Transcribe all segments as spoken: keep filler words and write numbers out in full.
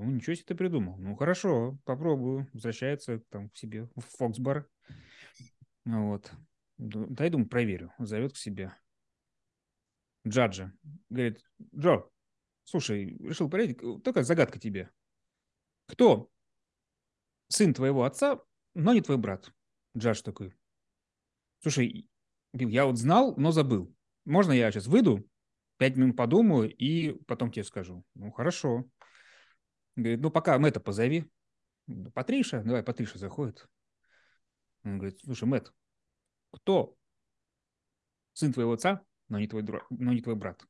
Ну, ничего себе ты придумал. Ну, хорошо, попробую. Возвращается там к себе в Фоксбор. Ну, вот. Д- Дай, думаю, проверю. Зовет к себе Джаджа. Говорит, Джо, слушай, решил проверить, к- такая загадка тебе. Кто сын твоего отца, но не твой брат? Джадж такой, слушай, Билл, я вот знал, но забыл. Можно я сейчас выйду, пять минут подумаю и потом тебе скажу? Ну, хорошо. Говорит, ну, пока Мэтта позови. Патриша, давай, Патриша заходит. Он говорит, слушай, Мэтт, кто сын твоего отца, но не твой, дра- но не твой брат?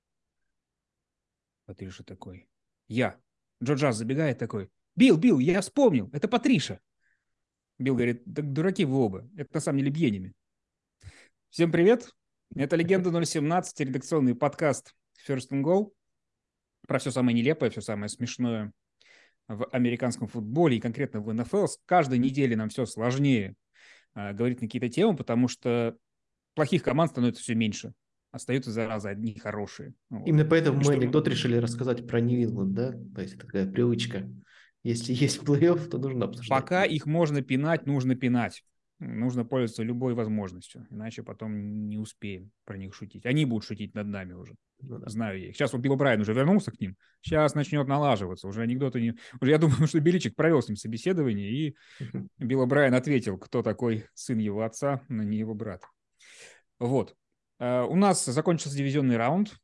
Патриша такой, я. Джо Джаз забегает такой, Билл, Билл, я вспомнил, это Патриша. Билл говорит, так дураки вы оба, это на самом деле Бьеними. Всем привет, это «Легенда ноль семнадцать», редакционный подкаст First and Goal про все самое нелепое, все самое смешное в американском футболе и конкретно в эн эф эл. С каждой недели нам все сложнее а, говорить на какие-то темы, потому что плохих команд становится все меньше. Остаются, зараза, одни хорошие. Вот. Именно поэтому И мы что анекдот решили рассказать про Нью-Ингланд, да? То есть это такая привычка. Если есть плей-офф, то нужно обсуждать. пока их можно пинать, нужно пинать. Нужно пользоваться любой возможностью, иначе потом не успеем про них шутить. Они будут шутить над нами уже. Ну да. Знаю я их. Сейчас вот Билл Брайан уже вернулся к ним. Сейчас начнет налаживаться. Уже анекдоты не... Уже я думаю, что Беличик провел с ним собеседование, и Мгм. Билл Брайан ответил, кто такой сын его отца, но не его брат. Вот. Э, У нас закончился дивизионный раунд,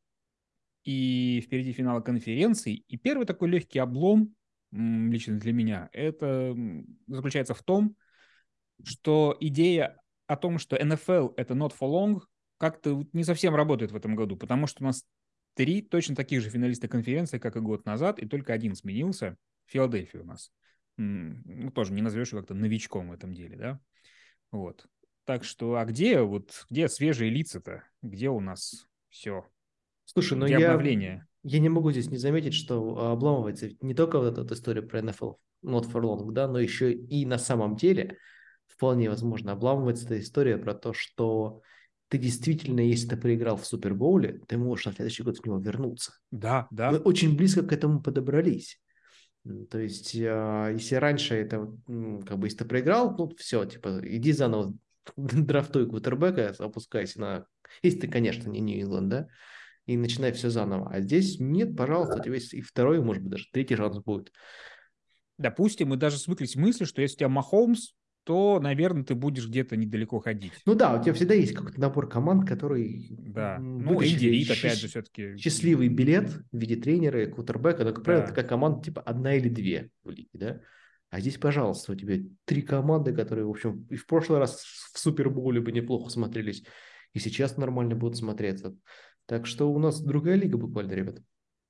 и впереди финал конференции. И первый такой легкий облом, м, лично для меня, это м, заключается в том, что идея о том, что эн эф эл это not for long, как-то вот не совсем работает в этом году, потому что у нас три точно таких же финалиста конференции, как и год назад, и только один сменился. Филадельфия у нас. М, Ну, тоже не назовешь его как-то новичком в этом деле, да? Вот. Так что, а где вот, где свежие лица-то? Где у нас все? Слушай, ну Где я, обновление? я не могу здесь не заметить, что а, обламывается ведь не только вот эта вот история про эн эф эл Not for Long, да, но еще и на самом деле вполне возможно обламывается эта история про то, что ты действительно, если ты проиграл в Супербоуле, ты можешь на следующий год в него вернуться. Да, Мы да. очень близко к этому подобрались. М, То есть, а, если раньше это, вот, м, как бы, если ты проиграл, ну, все, типа, иди заново драфтуй квотербека, опускайся на... Если ты, конечно, не Нью-Ингланд, да, и начинай все заново. А здесь нет, пожалуйста, у тебя есть и второй, может быть, даже третий шанс будет. Допустим, мы даже свыклись с мыслью, что если у тебя Махомс, то, наверное, ты будешь где-то недалеко ходить. Ну да, у тебя всегда есть какой-то набор команд, которые Да. м, Ну, Энди вытащили Рид, опять же, щас- все-таки. счастливый билет в виде тренера и квотербека, но, как правило, Да. такая команда типа одна или две в лиге, да? А здесь, пожалуйста, у тебя три команды, которые, в общем, и в прошлый раз в Супербоуле бы неплохо смотрелись, и сейчас нормально будут смотреться. Так что у нас другая лига буквально, ребят.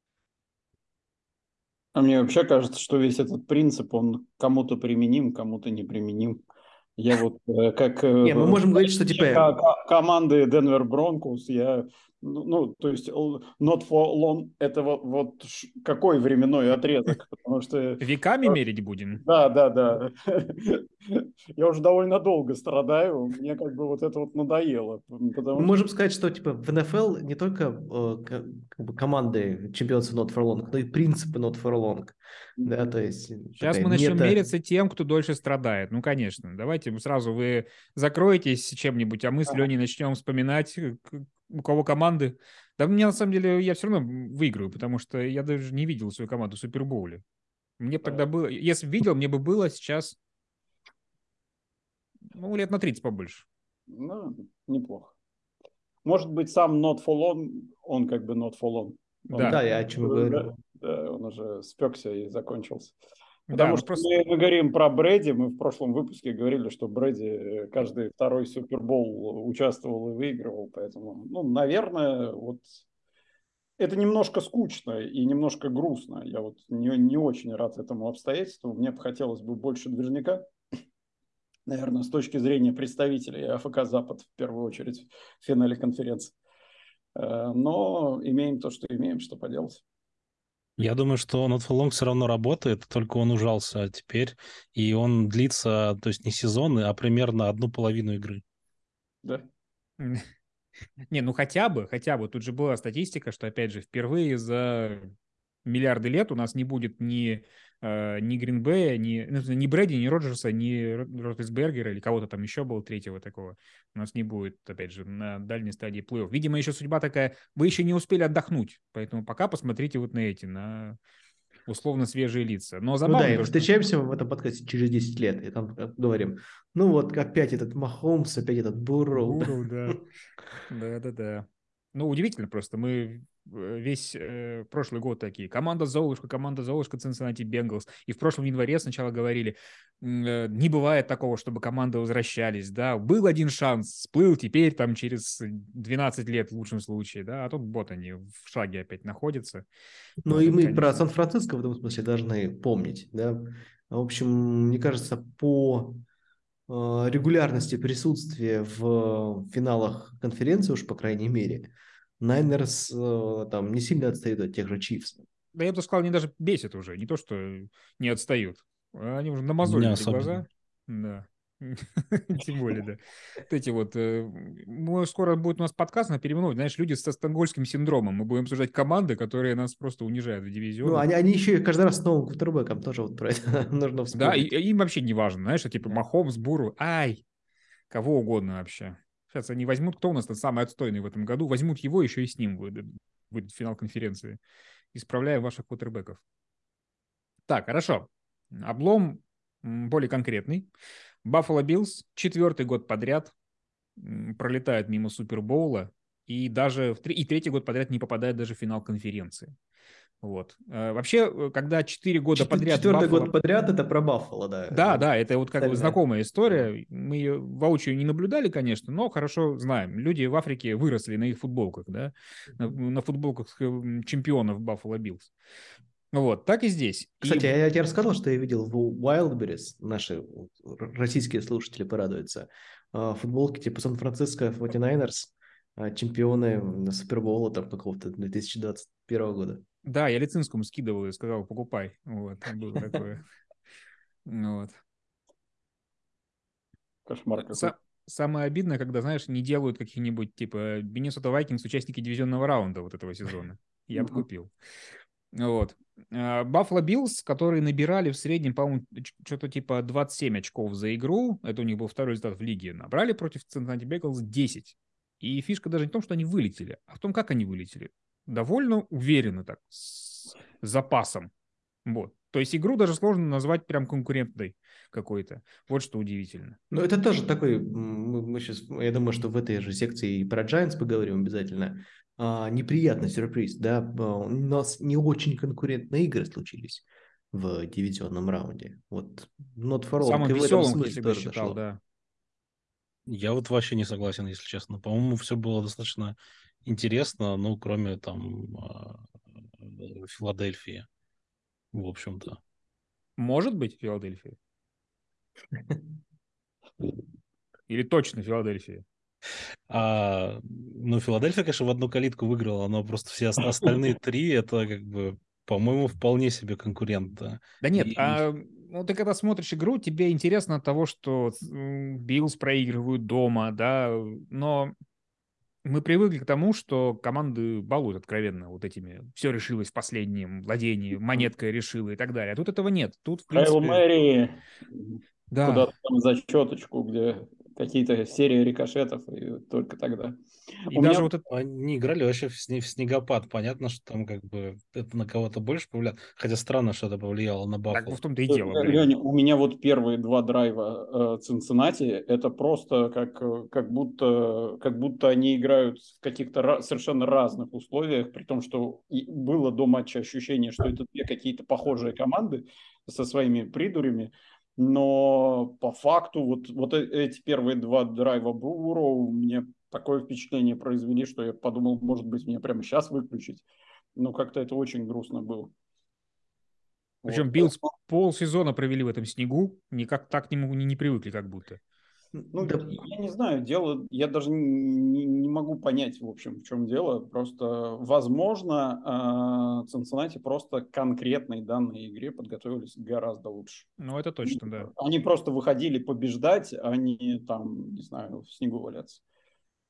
А мне вообще кажется, что весь этот принцип, он кому-то применим, кому-то не применим. Я вот э, как э, Не, мы можем говорить, что ко- типа ко- команды Денвер Бронкос, я, ну, ну, то есть л- not for long, это вот, вот ш- какой временной отрезок? Потому что, э, Веками мерить будем? да, да, да, я уже довольно долго страдаю, мне как бы вот это вот надоело, мы потому что можем сказать, что типа в эн эф эл не только э, ка- как бы команды чемпионства not for long, но и принципы not for long. Да, то есть э, Сейчас такая мы начнем мета. мериться тем, кто дольше страдает. Ну, конечно. Давайте сразу вы закроетесь чем-нибудь, а мы с Леней начнем вспоминать, э, к- у кого команды. Да мне, на самом деле, я все равно выиграю, потому что я даже не видел свою команду в Супербоуле. Мне бы тогда было... Если бы видел, мне бы было сейчас, ну, лет на тридцать побольше. ну, неплохо. Может быть, сам not for long, он как бы not for long. Он, Да, Да, я о чем и да, говорю. да, он уже спекся и закончился. да, Потому ну что просто... мы, мы говорим про Брэди, мы в прошлом выпуске говорили, что Брэди э, каждый второй Супербол участвовал и выигрывал, поэтому, ну, наверное, вот это немножко скучно и немножко грустно. Я вот не, не очень рад этому обстоятельству. Мне бы хотелось бы больше движняка, наверное, с точки зрения представителей а эф ка «Запад» в первую очередь в финале конференции. Э, Но имеем то, что имеем, что поделать. Я думаю, что Not for Long все равно работает, только он ужался теперь, и он длится, то есть не сезоны, а примерно одну половину игры. Да. Не, ну хотя бы, хотя бы. Тут же была статистика, что, опять же, впервые за миллиарды лет у нас не будет ни э, ни Гринбея, ни, ну, ни Брэди, ни Роджерса, ни Ротлисбергера или кого-то там еще было третьего такого. У нас не будет, опять же, на дальней стадии плей-офф. Видимо, еще судьба такая, вы еще не успели отдохнуть, поэтому пока посмотрите вот на эти, на условно свежие лица. Но Ну забавно да, и то, что... встречаемся мы в этом подкасте через десять лет, и там как говорим, ну вот опять этот Махомс, опять этот Бурроу. Бурроу, да. Да-да-да. Ну, удивительно просто. Мы э, весь э, прошлый год такие. Команда Золушка, команда Золушка, Cincinnati Bengals. И в прошлом январе сначала говорили, э, не бывает такого, чтобы команды возвращались, да. Был один шанс, всплыл, теперь там через двенадцать лет в лучшем случае, да. А тут вот они в шаге опять находятся. Ну Вот и это, мы про конечно. Сан-Франциско в этом смысле должны помнить, да. В общем, мне кажется, по э, регулярности присутствия в финалах конференции, уж по крайней мере, Найнерс э, там не сильно отстают от тех же Чифс. Да я бы сказал, они даже бесят уже. Не то, что не отстают. Они уже Не намазолили эти особенно. глаза. Да. Тем более, да. Вот эти вот... э, мы Скоро будет у нас подкаст на переименовать. Знаешь, люди со стокгольмским синдромом. Мы будем обсуждать команды, которые нас просто унижают в Ну, дивизионах. они, они еще и каждый раз с новым квотербеком тоже вот про это нужно Да, и, вспомнить. и им вообще не важно. Знаешь, что типа Да. Махомс, Буру, ай, кого угодно вообще. Сейчас они возьмут, кто у нас самый отстойный в этом году, возьмут его, еще и с ним будет, будет финал конференции. Исправляем ваших квотербеков. Так, хорошо. Облом м, более конкретный. Баффало Биллс четвертый год подряд м, пролетает мимо Супербоула и даже в три- и третий год подряд не попадает даже в финал конференции. Вот. Э, Вообще, э, когда четыре года Чет- подряд Четвертый Баффало... год подряд это про Баффало, да. Да, Вот да, это вот как бы специально. знакомая Да. история. Мы ее воочию не наблюдали, конечно, но хорошо знаем. Люди в Африке выросли на их футболках, да, на, на футболках э, чемпионов Баффало Биллс. Вот, так и здесь. Кстати, И я тебе рассказывал, что я видел в Wildberries, наши вот р- российские слушатели порадуются, а, футболки типа Сан-Франциско форти найнерс, а, чемпионы на Супербоула там какого-то две тысячи двадцать первого года. да, я Лицинскому скидывал и сказал, покупай. Вот, было такое. Вот. Кошмар какой. Са- Самое обидное, когда, знаешь, не делают каких-нибудь, типа, Миннесота Вайкингс участники дивизионного раунда вот этого сезона. Я бы Мгм. купил. Вот. Баффало Биллс, которые набирали в среднем, по-моему, что-то типа двадцать семь очков за игру, это у них был второй результат в лиге, набрали против Cincinnati Bengals десять. И фишка даже не в том, что они вылетели, а в том, как они вылетели. Довольно уверенно так, с запасом. Вот. То есть игру даже сложно назвать прям конкурентной какой-то. Вот что удивительно. Ну, это тоже такой, м, мы, мы сейчас, я думаю, что в этой же секции и про Giants поговорим обязательно, а, неприятный сюрприз, да, а, у нас не очень конкурентные игры случились в дивизионном раунде. Вот not for long, Самым и в этом веселым я смысле всегда тоже считал, дошло. да. Я вот вообще не согласен, если честно. По-моему, все было достаточно интересно, ну, кроме там а, э, Филадельфии, в общем-то. Может быть, Филадельфия. Или точно Филадельфия. А, ну, Филадельфия, конечно, в одну калитку выиграла, но просто все ост- остальные три, это как бы, по-моему, вполне себе конкурент, да. Да нет, И а ну, ты когда смотришь игру, тебе интересно от того, что м, Биллс проигрывают дома, да, но мы привыкли к тому, что команды балуют откровенно вот этими. Все решилось в последнем владении, монеткой решила и так далее. А тут этого нет. Тут, в Хайл принципе, Мэри да. куда-то там за щеточку, где какие-то серии рикошетов, и только тогда. И У меня даже вот это... они играли вообще в, сне- в снегопад. Понятно, что там как бы это на кого-то больше повлияло. Хотя странно, что это повлияло на Так в Баффало. том-то и дело, блин. Леня, у меня вот первые два драйва э, Цинциннати, это просто как, э, как, будто, как будто они играют в каких-то ра- совершенно разных условиях, при том, что и было до матча ощущение, что это две какие-то похожие команды со своими придурями, но по факту вот, вот э- эти первые два драйва Буроу мне такое впечатление произвели, что я подумал, может быть, мне прямо сейчас выключить. Но как-то это очень грустно было. Причем Вот. Биллс полсезона провели в этом снегу, никак так к нему не, не привыкли как будто. Ну, Да, я не знаю, дело, я даже не, не могу понять, в общем, в чем дело. Просто, возможно, э, Цинциннати просто к конкретной данной игре подготовились гораздо лучше. Ну, это Они, точно, да. они просто выходили побеждать, а не там, не знаю, в снегу валяться.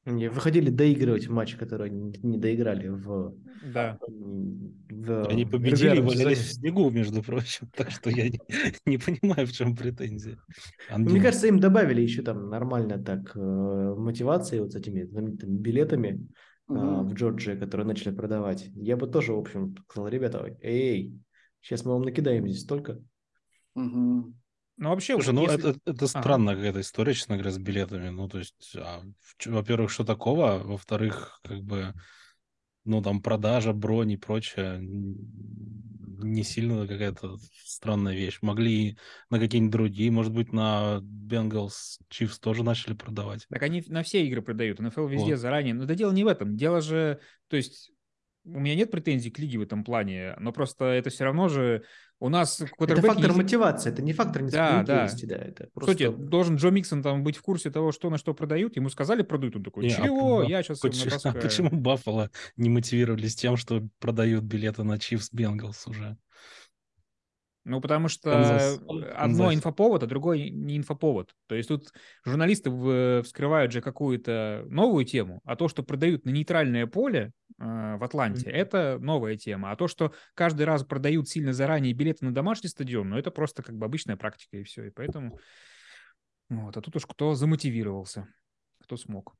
Не, выходили доигрывать матч, который они не доиграли в, Да. в Они победили и регулярном валялись сезоне. в снегу, между прочим. Так что я не, не понимаю, в чем претензия. Ну, мне кажется, им добавили еще там нормально так э, мотивации вот с этими знаменитыми билетами э, в Мгм. Джорджии, которые начали продавать. Я бы тоже, в общем, сказал, ребята, эй, сейчас мы вам накидаем здесь столько. Мгм. Ну, вообще, Слушай, вот ну если... это, это Ага. странная какая-то история, честно говоря, с билетами. Ну, то есть, а, в чё- во-первых, что такого? Во-вторых, как бы, ну, там, продажа, бронь и прочее, н- не сильно какая-то странная вещь. Могли и на какие-нибудь другие, может быть, на Bengals Chiefs тоже начали продавать. Так они на все игры продают, эн эф эл везде Вот. заранее. Но да дело не в этом. Дело же, то есть у меня нет претензий к лиге в этом плане, но просто это все равно же у нас Это квотербеки фактор есть... мотивации, это не фактор Да, да. несправедливости, да, это По сути, просто... должен Джо Миксон там быть в курсе того, что на что продают. Ему сказали продают, он такой, Не, а, чего? п- Я сейчас им поч- а натаскаю. почему Баффало не мотивировались тем, что продают билеты на Chiefs Bengals уже? Ну, потому что Канзас, одно Канзас. инфоповод, а другой не инфоповод. То есть тут журналисты в- вскрывают же какую-то новую тему, а то, что продают на нейтральное поле э, в Атланте, Мгм. это новая тема. А то, что каждый раз продают сильно заранее билеты на домашний стадион, ну, это просто как бы обычная практика и все. И поэтому... Вот, а тут уж кто замотивировался, кто смог.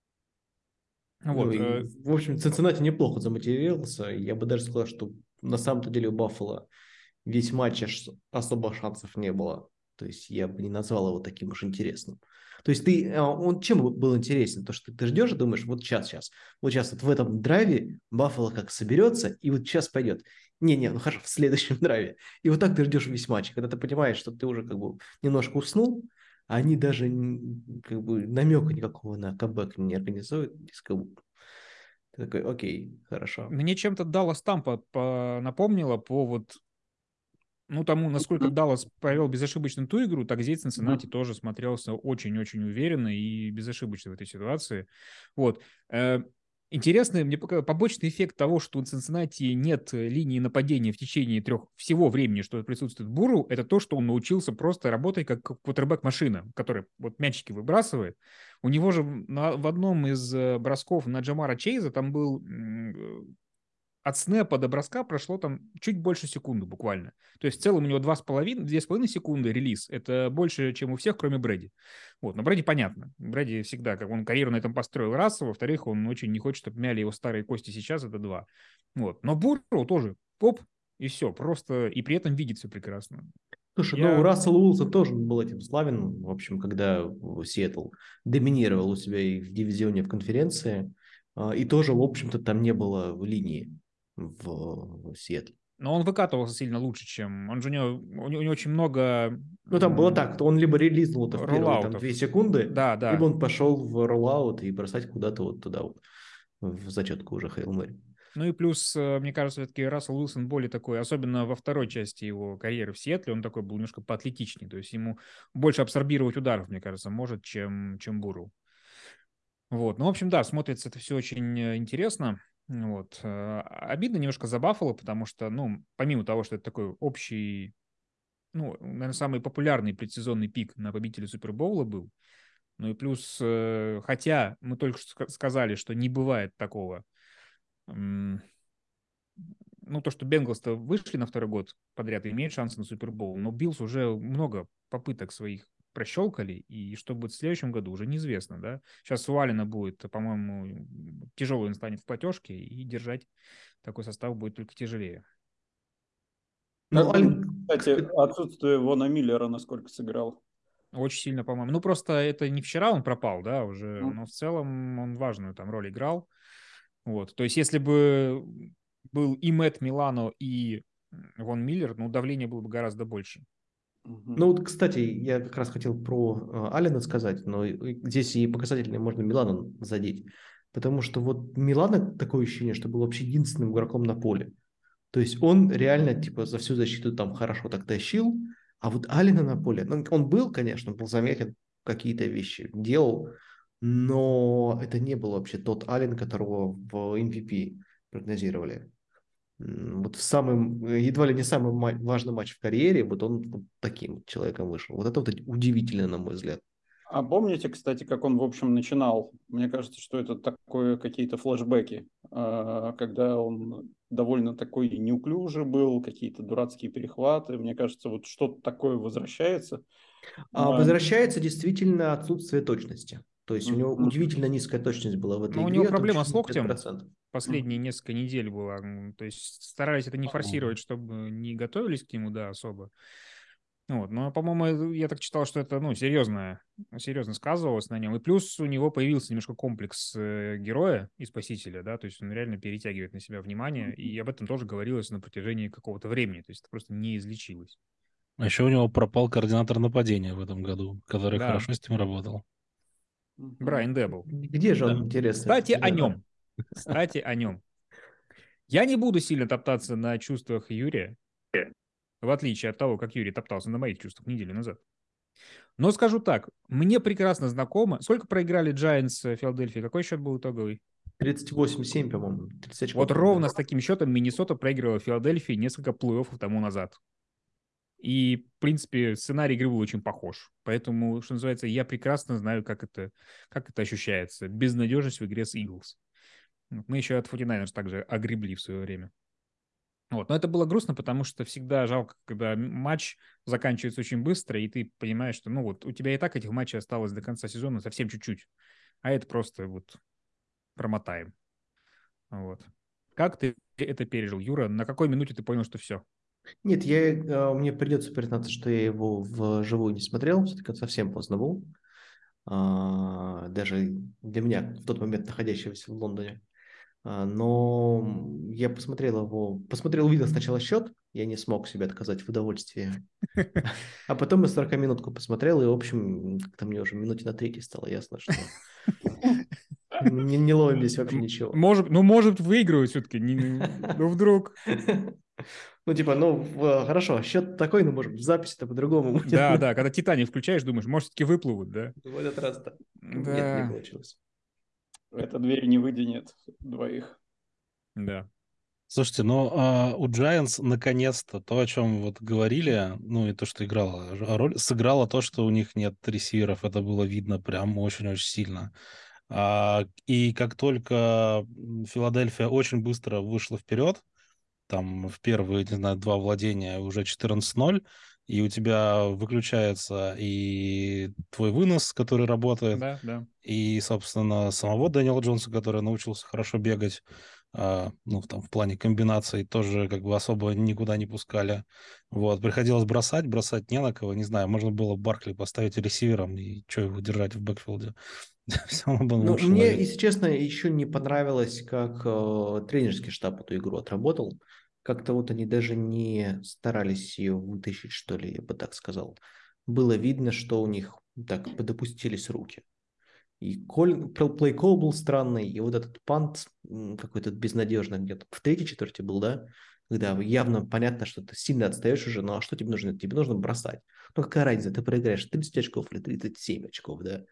Ну, Вот, и, э, в общем, Цинциннати неплохо замотивировался. Я бы даже сказал, что на самом-то деле у Баффало весь матч аж особо шансов не было. То есть я бы не назвал его таким уж интересным. То есть ты, а, он чем был был интересен? То, что ты ждешь и думаешь, вот сейчас, сейчас, вот сейчас вот в этом драйве Баффало как соберется, и вот сейчас пойдет. Не-не, ну хорошо, в следующем драйве. И вот так ты ждешь весь матч. Когда ты понимаешь, что ты уже как бы немножко уснул, они даже н- как бы намека никакого на камбэк не организуют. И как бы ты такой, окей, хорошо. мне чем-то Даллас Тампа по- напомнила по вот ну, тому, насколько Даллас провел безошибочно ту игру, так здесь Цинциннати Мгм. тоже смотрелся очень-очень уверенно и безошибочно в этой ситуации. Вот. Э, Интересный мне пока побочный эффект того, что у Цинциннати нет э, линии нападения в течение трех всего времени, что присутствует Буру, это то, что он научился просто работать как квотербек-машина, который вот мячики выбрасывает. У него же на- в одном из э, бросков на Джамара Чейза там был м, от снэпа до броска прошло там чуть больше секунды буквально. То есть в целом у него два с половиной, две с половиной секунды релиз. Это больше, чем у всех, кроме Брэди. Вот. Но Брэди понятно. Брэди всегда, как он карьеру на этом построил, раз. А во-вторых, он очень не хочет, чтобы мяли его старые кости сейчас, это два. Вот. Но Бурроу тоже поп, и все. Просто, и при этом видит все прекрасно. Слушай, ну Я Рассел Уилсон тоже был этим славен, в общем, когда Сиэтл доминировал у себя и в дивизионе, и в конференции, а, и тоже, в общем-то, там не было линии в Сиэтле. но он выкатывался сильно лучше, чем... Он же у него, у него, у него очень много Ну, там было так, то он либо релизнул это в первые там роллаутов. две секунды, Да, либо да. он пошел в роллаут и бросать куда-то вот туда вот, в зачетку уже Хейл Мэри. Ну и плюс, э, мне кажется, все-таки Рассел Уилсон более такой, особенно во второй части его карьеры в Сиэтле, он такой был немножко поатлетичнее. То есть ему больше абсорбировать ударов, мне кажется, может, чем, чем Буру. Вот. Ну, в общем, да, смотрится это все очень э, интересно. Вот. Э, Обидно немножко за Баффало, потому что, ну, помимо того, что это такой общий, ну, наверное, самый популярный предсезонный пик на победителя Супербоула был, ну и плюс, э, хотя мы только что ска- сказали, что не бывает такого, ну, то, что Бенглс-то вышли на второй год подряд и имеют шансы на Супербоул, но Биллс уже много попыток своих прощелкали, и что будет в следующем году, уже неизвестно, да. Сейчас у Алина будет, по-моему, тяжелый он станет в платежке, и держать такой состав будет только тяжелее. Ну, Как думаете, Ален, кстати, отсутствие Вона Миллера насколько сыграл? Очень сильно, по-моему. Ну, просто это не вчера он пропал, да, уже, М. но в целом он важную там роль играл. Вот, то есть если бы был и Мэтт Милано, и Вон Миллер, ну, давление было бы гораздо больше. ну, Мгм. вот, кстати, я как раз хотел про э, Алина сказать, но и- здесь и показательно можно Милана задеть, потому что вот Милана такое ощущение, что был вообще единственным игроком на поле. То есть он реально типа за всю защиту там хорошо так тащил, а вот Алина на поле, ну, он был, конечно, был заметен, какие-то вещи делал, но это не был вообще тот Аллен, которого в эм ви пи прогнозировали. М, Вот в самый, едва ли не самый ма- важный матч в карьере, вот он вот таким вот человеком вышел. Вот это вот удивительно, на мой взгляд. А помните, кстати, как он, в общем, начинал? Мне кажется, что это такое какие-то флешбеки, а, когда он довольно такой неуклюжий был, какие-то дурацкие перехваты. Мне кажется, вот что-то такое возвращается. А А, возвращается действительно отсутствие точности. То есть у него мгм. удивительно низкая точность была в этой Но у игре, него там проблема чуть с ли не пять локтем процентов. последние несколько недель была. м, То есть старались это не форсировать, чтобы не готовились к нему, да, особо. Вот. Но, по-моему, это- я так читал, что это, ну, серьезно, серьезно сказывалось на нем. И плюс у него появился немножко комплекс э, героя и спасителя, да, то есть он реально перетягивает на себя внимание, и об этом тоже говорилось на протяжении какого-то времени, то есть это просто не излечилось. А еще у него пропал координатор нападения в этом году, который Да, хорошо с ним работал. Мгм. Брайан Дебл. Где же Да. он, интересно, Кстати, этот о ребята? нем. Кстати, о нем. Я не буду сильно топтаться на чувствах Юрия, в отличие от того, как Юрий топтался на моих чувствах неделю назад. Но скажу так, мне прекрасно знакомо. Сколько проиграли Giants Филадельфии? Какой счет был итоговый? тридцать восемь семь, по-моему, тридцать очков. Вот ровно с таким счетом Миннесота проигрывала Филадельфии несколько плей-оффов тому назад. И, в принципе, сценарий игры был очень похож. Поэтому, что называется, я прекрасно знаю, как это, как это ощущается. Безнадежность в игре с Eagles. Мы еще от форти найнерс также огребли в свое время. Вот. Но это было грустно, потому что всегда жалко, когда матч заканчивается очень быстро, и ты понимаешь, что ну вот у тебя и так этих матчей осталось до конца сезона совсем чуть-чуть. А это просто вот промотаем. Вот. Как ты это пережил, Юра? На какой минуте ты понял, что все? Нет, я, э, мне придется признаться, что я его вживую не смотрел, все-таки он совсем поздно был. А, даже для меня, в тот момент находящегося в Лондоне. А, но я посмотрел его, посмотрел, увидел сначала счет, я не смог себе отказать в удовольствии. А потом я сорок минутку посмотрел, и, в общем, как-то мне уже минуте на третьей стало ясно, что не, не ловим здесь вообще ничего. Может, ну, может, выигрывать все-таки. Ну, вдруг. Ну, типа, ну, в- хорошо, счет такой, ну, может, в записи-то по-другому будет. Да, да, когда Титаник включаешь, думаешь, может, все-таки выплывут, да? В этот раз-то нет, не Да, получилось. Эта дверь не выденет двоих. да. Слушайте, ну а, у Giants наконец-то то, о чем вот говорили, ну и то, что играло роль, сыграло то, что у них нет ресиверов. Это было видно прям очень-очень сильно. А, и как только м, Филадельфия очень быстро вышла вперед, там в первые, не знаю, два владения уже четырнадцать ноль, и у тебя выключается и твой вынос, который работает, Да, да. и, собственно, самого Дэниела Джонса, который научился хорошо бегать, а, ну, там, в плане комбинаций, тоже как бы особо никуда не пускали. Вот, приходилось бросать, бросать не на кого, не знаю, можно было Баркли поставить ресивером, и что его держать в бэкфилде? Все равно бы он Ну, лучше мне, ловил. если честно, еще не понравилось, как э, тренерский штаб эту игру отработал. Как-то вот они даже не старались ее вытащить, что ли, я бы так сказал. Было видно, что у них так подопустились руки. И коль, плей-кол был странный, и вот этот пант м, какой-то безнадежный где-то в третьей четверти был, да? Когда явно понятно, что ты сильно отстаешь уже, ну а что тебе нужно? Тебе нужно бросать. Ну какая разница, ты проиграешь тридцать очков или тридцать семь очков, да?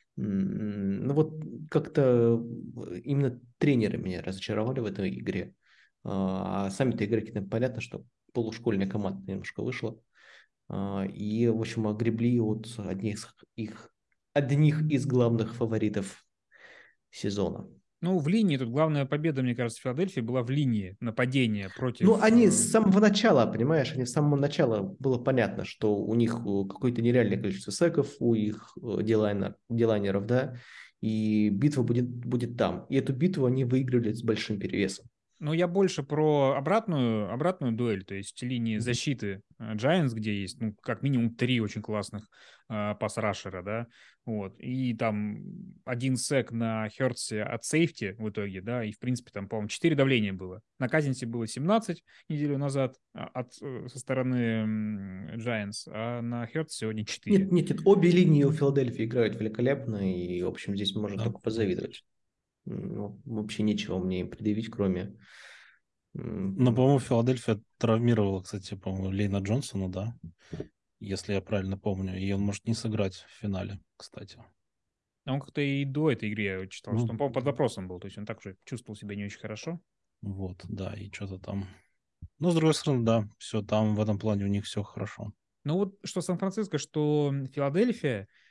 М, Ну вот как-то именно тренеры меня разочаровали в этой игре. А сами-то игроки, ну, понятно, что полушкольная команда немножко вышла. А, И, в общем, огребли от одних их, одних из главных фаворитов сезона. Ну, в линии тут главная победа, мне кажется, Филадельфии была в линии нападения Ну, против... они э, с самого начала, понимаешь, они с самого начала было понятно, что у них э, какое-то нереальное количество секов, у их э, дилайнер, дилайнеров, да, и битва будет, будет там. И эту битву они выиграли с большим перевесом. Ну, я больше про обратную, обратную дуэль, то есть линии Мгм. защиты э, Giants, где есть, ну, как минимум три очень классных э, пас-рашера, да, вот, и там один сэк на Хёртсе от сейфти в итоге, да, и, в принципе, там, по-моему, четыре давления было. На Казинсе было семнадцать неделю назад а, от, э, со стороны м, Giants, а на Хёртсе сегодня четыре. Нет, нет, нет, обе линии у Филадельфии играют великолепно, и, в общем, здесь можно Да, только позавидовать. М, ну, вообще нечего мне им предъявить, кроме... но, м, по-моему, Филадельфия травмировала, кстати, по-моему, Лейна Джонсона, да, если я правильно помню, и он может не сыграть в финале, кстати. А он как-то и до этой игры я читал, что Ну, он, по-моему, под вопросом был, то есть он так уже чувствовал себя не очень хорошо. вот, да, и что-то там. Но, с другой стороны, да, все там в этом плане у них все хорошо. Ну вот что Сан-Франциско, что Филадельфия,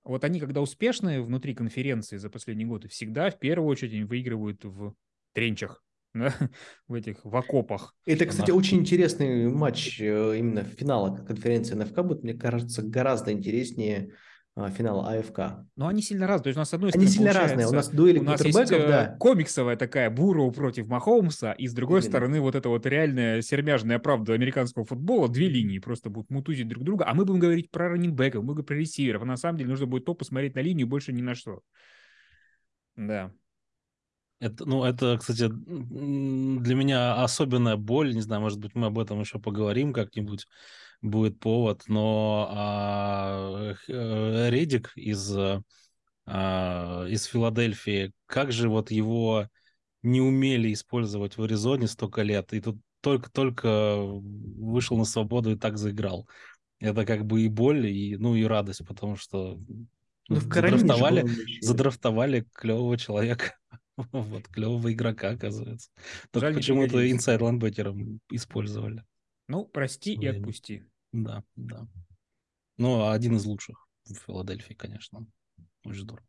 вот они, когда успешные внутри конференции за последние годы, всегда в первую очередь они выигрывают в тренчах, да, в этих, в окопах. Это, Что кстати, на- очень интересный матч э, именно финала конференции эн эф ка будет, мне кажется, гораздо интереснее а, финала а эф ка. Но они сильно разные. То есть у нас, с одной Они стороны, сильно разные. У получается, нас дуэли у нас есть квотербеков, э, да, комиксовая такая Бурроу против Махоумса, и с другой именно. стороны вот это вот реальная сермяжная правда американского футбола. Две линии просто будут мутузить друг друга, а мы будем говорить про раннинбеков, мы будем говорить про ресиверов. А на самом деле нужно будет тупо смотреть на линию, больше ни на что. Да. Это, ну, это, кстати, м, для меня особенная боль. Не знаю, может быть, мы об этом еще поговорим как-нибудь, будет повод. Но а, х- э, Редик из, э, а, из Филадельфии, как же вот его не умели использовать в Аризоне столько лет, и тут только-только вышел на свободу и так заиграл. Это как бы и боль, и, ну, и радость, потому что Ну, ну, в Каролине же, задрафтовали, по-моему, еще. задрафтовали клевого человека, вот, клевого игрока, оказывается. Только Жаль, не почему-то пригодился. инсайд лайнбекером использовали Ну, в прости и свое время. отпусти. Да, да. Ну, один из лучших в Филадельфии, конечно. Очень здорово.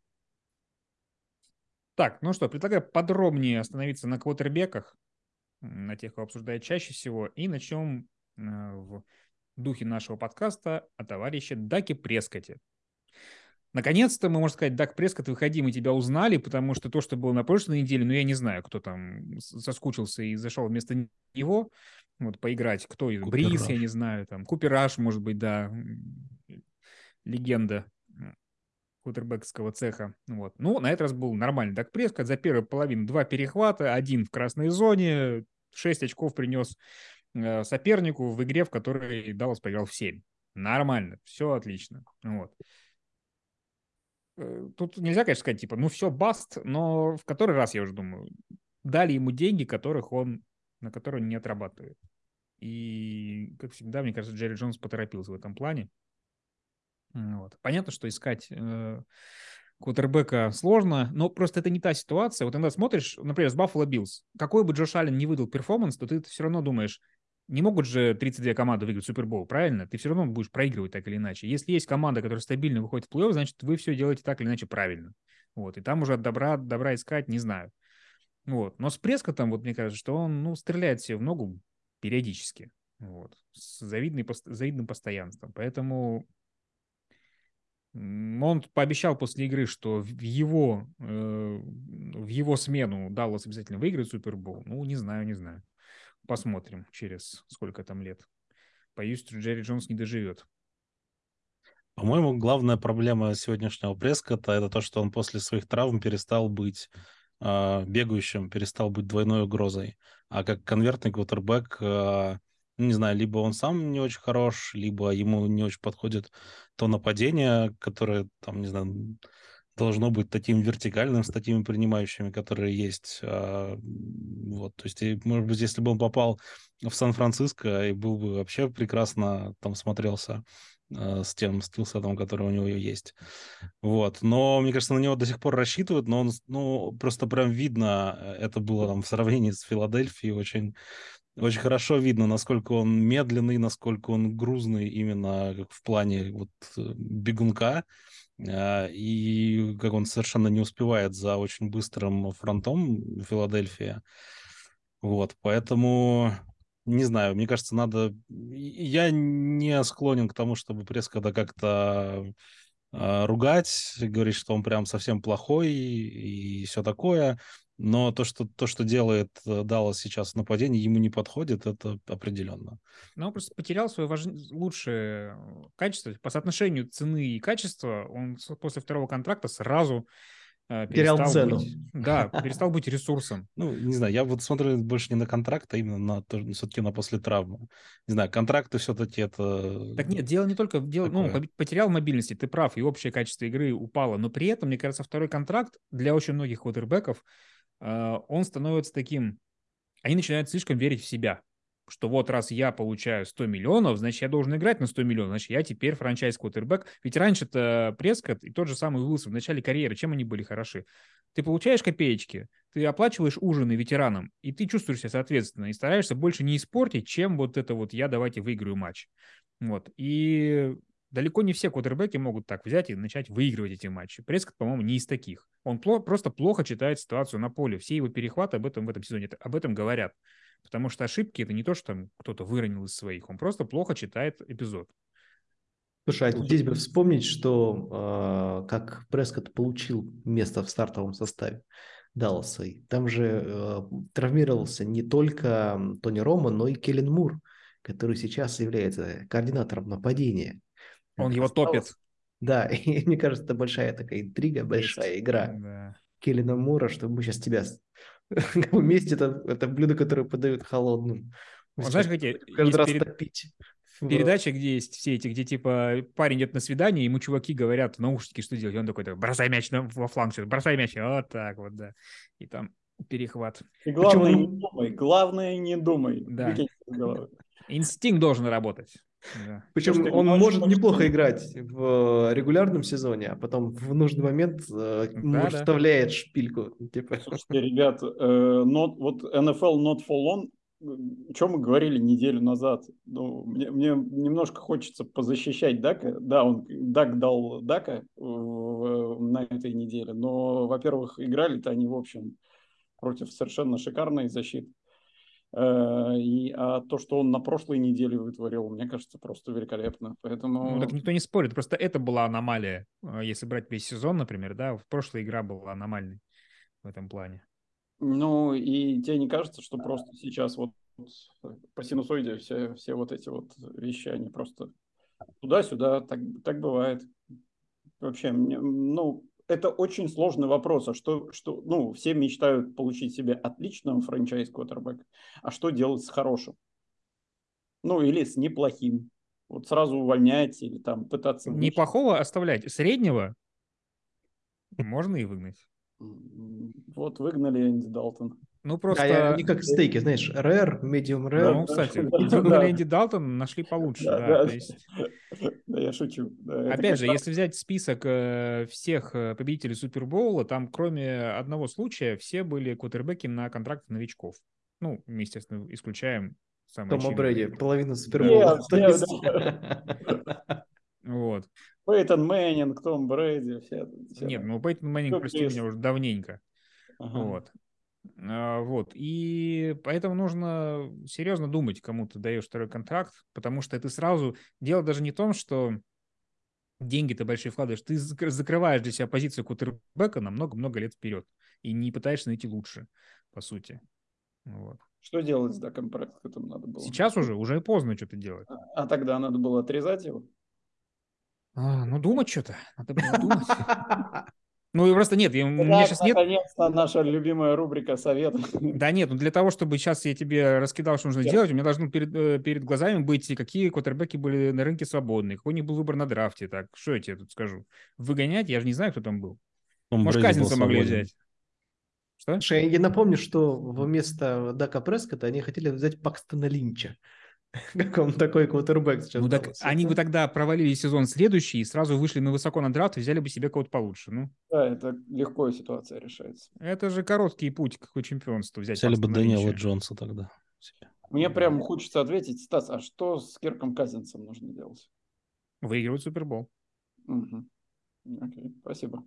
Так, ну что, предлагаю подробнее остановиться на квотербеках, м, на тех, кого обсуждают чаще всего, и начнем э, в духе нашего подкаста о товарище Даке Прескотте. Наконец-то, мы, можно сказать, Дак Прескотт, выходи, мы тебя узнали, потому что то, что было на прошлой неделе, ну, я не знаю, кто там с- соскучился и зашел вместо него, вот, поиграть, кто из Купер Бриз, я Раш. не знаю, там, Купер Раш, может быть, да, м, легенда м, квотербекского цеха, вот. Ну, на этот раз был нормальный Дак Прескотт, за первую половину два перехвата, один в красной зоне, шесть очков принес э, сопернику в игре, в которой Даллас проиграл в семь. Нормально, все отлично, вот. Э, Тут нельзя, конечно, сказать, типа, ну все, баст, но в который раз, я уже думаю, дали ему деньги, которых он, на которые он не отрабатывает. И, как всегда, мне кажется, Джерри Джонс поторопился в этом плане. М, Вот. Понятно, что искать э, квотербека сложно, но просто это не та ситуация. Вот иногда смотришь, например, с Баффало Биллс, какой бы Джош Аллен не выдал перформанс, то ты все равно думаешь, не могут же тридцать две команды выиграть Супербол, правильно? Ты все равно будешь проигрывать так или иначе. Если есть команда, которая стабильно выходит в плей-офф, значит, вы все делаете так или иначе правильно. Вот. И там уже от добра, добра искать, не знаю. Вот. Но с Прескоттом, вот мне кажется, что он, ну, стреляет себе в ногу периодически. Вот. С завидной, пос- завидным постоянством. Поэтому М, Он пообещал после игры, что в его, э, в его смену Даллас обязательно выиграет Супербол. Ну, не знаю, не знаю. Посмотрим через сколько там лет. Боюсь, что Джерри Джонс не доживет. По-моему, главная проблема сегодняшнего Прескотта это то, что он после своих травм перестал быть э, бегающим, перестал быть двойной угрозой. А как конвертный квотербек, э, ну, не знаю, либо он сам не очень хорош, либо ему не очень подходит то нападение, которое, там, не знаю, должно быть таким вертикальным, с такими принимающими, которые есть. А, вот, то есть, и, может быть, если бы он попал в Сан-Франциско, и был бы вообще прекрасно там смотрелся э, с тем скиллсетом, который у него есть. Вот. Но, мне кажется, на него до сих пор рассчитывают, но он, ну, просто прям видно, э, это было там в сравнении с Филадельфией очень, очень хорошо видно, насколько он медленный, насколько он грузный именно как в плане вот э, бегунка, э, и как он совершенно не успевает за очень быстрым фронтом Филадельфия. Вот, поэтому не знаю, мне кажется, надо... Я не склонен к тому, чтобы Прескота как-то э, ругать, говорить, что он прям совсем плохой и все такое. Но то, что, то, что делает э, Даллас сейчас в нападении, ему не подходит, это определенно. Но он просто потерял свое важ... лучшее качество. По соотношению цены и качества он с- после второго контракта сразу э, Терял перестал цену. быть... Да, перестал быть ресурсом. Ну, не знаю, я вот смотрю больше не на контракт, а именно на то, все-таки на после травмы. Не знаю, контракты все-таки это Так нет, дело не только в дело, ну, такое. он потерял мобильности, ты прав, и общее качество игры упало, но при этом, мне кажется, второй контракт для очень многих квотербеков, э, он становится таким, они начинают слишком верить в себя, что вот раз я получаю сто миллионов, значит, я должен играть на сто миллионов, значит, я теперь франчайз-квотербек. Ведь раньше-то Прескотт и тот же самый Уилсон в начале карьеры, чем они были хороши? Ты получаешь копеечки, ты оплачиваешь ужины ветеранам, и ты чувствуешь себя соответственно, и стараешься больше не испортить, чем вот это вот я давайте выиграю матч. Вот. И далеко не все квотербеки могут так взять и начать выигрывать эти матчи. Прескотт, по-моему, не из таких. Он пло- просто плохо читает ситуацию на поле. Все его перехваты об этом в этом сезоне это- об этом говорят. Потому что ошибки — это не то, что там кто-то выронил из своих. Он просто плохо читает эпизод. Слушай, а здесь бы вспомнить, что э, как Прескотт получил место в стартовом составе Далласа. И там же э, травмировался не только Тони Ромо, но и Келлен Мур, который сейчас является координатором нападения. Он его Осталось- топит. Да, и мне кажется, это большая такая интрига, большая Есть. игра Да. Келлена Мура, что мы сейчас тебя... с- Как бы месть это, это блюдо, которое подают холодным. Мы Вот сейчас знаешь, какие будем каждый есть раз перед- топить. В- передачи, где есть все эти, где типа парень идет на свидание, ему чуваки говорят в наушники, что делать. И он такой, такой бросай мяч на, во фланг, сейчас, бросай мяч. Вот так вот, да. И там перехват. И главное, Причем не он- думай. Главное, не думай. Да. Выкинь из головы. Инстинкт должен работать. Да. Причем Слушайте, он ну, очень может хочется- неплохо играть в регулярном сезоне, а потом в нужный момент э, Да, да. вставляет шпильку. Типа. Слушайте, ребят, э, not, вот эн эф эл not for long, о чем мы говорили неделю назад? Ну, мне, мне немножко хочется позащищать Дака. Да, он Дак дал Дака в- на этой неделе, но, во-первых, играли-то они, в общем, против совершенно шикарной защиты. Э, И, а то, что он на прошлой неделе вытворил, мне кажется, просто великолепно. Поэтому... Ну, так никто не спорит. Просто это была аномалия. Э, Если брать весь сезон, например, да, в прошлой игра была аномальной в этом плане. Ну, и тебе не кажется, что просто сейчас вот по синусоиде все, все вот эти вот вещи, они просто туда-сюда, так, так бывает. Вообще, мне, ну, это очень сложный вопрос. А что, что, ну, все мечтают получить себе отличного франчайз-квотербека, а что делать с хорошим? Ну, или с неплохим. Вот сразу увольнять или там пытаться вычислить. Неплохого оставлять. Среднего можно и выгнать. М, Вот выгнали Энди Далтона. Ну, Да, просто... я- они как стейки, знаешь, rare, medium rare. Ну, кстати, Да, выгнали да. Энди Далтона, нашли получше, Да, да. да, То есть, да, я шучу. Да, это опять как же, если взять список э, всех э, победителей Супербоула, там кроме одного случая все были квотербеки на контрактах новичков. Ну, мы, естественно, исключаем самое Тома очевидное. Брэди, половина Все, Супербола. То все, есть- да. Вот. Пейтон Мэннинг, Том Брэди, все. все Нет, там. ну Пейтон Мэннинг, Всё прости меня, близко. уже давненько. Ага. Вот. А, вот. И поэтому нужно серьезно думать, кому ты даешь второй контракт, потому что ты сразу... Дело даже не в том, что деньги-то большие вкладываешь, ты зак- закрываешь для себя позицию квотербека на много-много лет вперед и не пытаешься найти лучше, по сути. Вот. Что делать с Даком Прескоттом надо было? Сейчас уже, уже поздно что-то делать. А а тогда надо было отрезать его? А, ну, думать что-то. Надо было думать. Ну, и просто нет, я- у меня Итак, сейчас нет... наконец-то наша любимая рубрика совета. Да нет, ну для того, чтобы сейчас я тебе раскидал, что нужно Нет. делать, у меня должно перед, э, перед глазами быть, какие квотербеки были на рынке свободные, какой у них был выбор на драфте. Так, что я тебе тут скажу? Выгонять? Я же не знаю, кто там был. Том Может, Брэди был Казинца могли свободен. взять. Что? Слушай, я напомню, что вместо Дака Прескотта они хотели взять Пакстона Линча. Как он такой квотербек сейчас Ну так Далласе. они бы тогда провалили сезон следующий и сразу вышли на высоко на драфт и взяли бы себе кого-то получше. Ну, Да, это легко ситуация решается. это же короткий путь к чемпионству взять. Взяли бы Пакстона Дэниела Линча. Джонса тогда. себе. Мне прям хочется ответить, Стас, а что с Кирком Казинцем нужно делать? Выигрывать Супербол. Мгм. Окей, спасибо.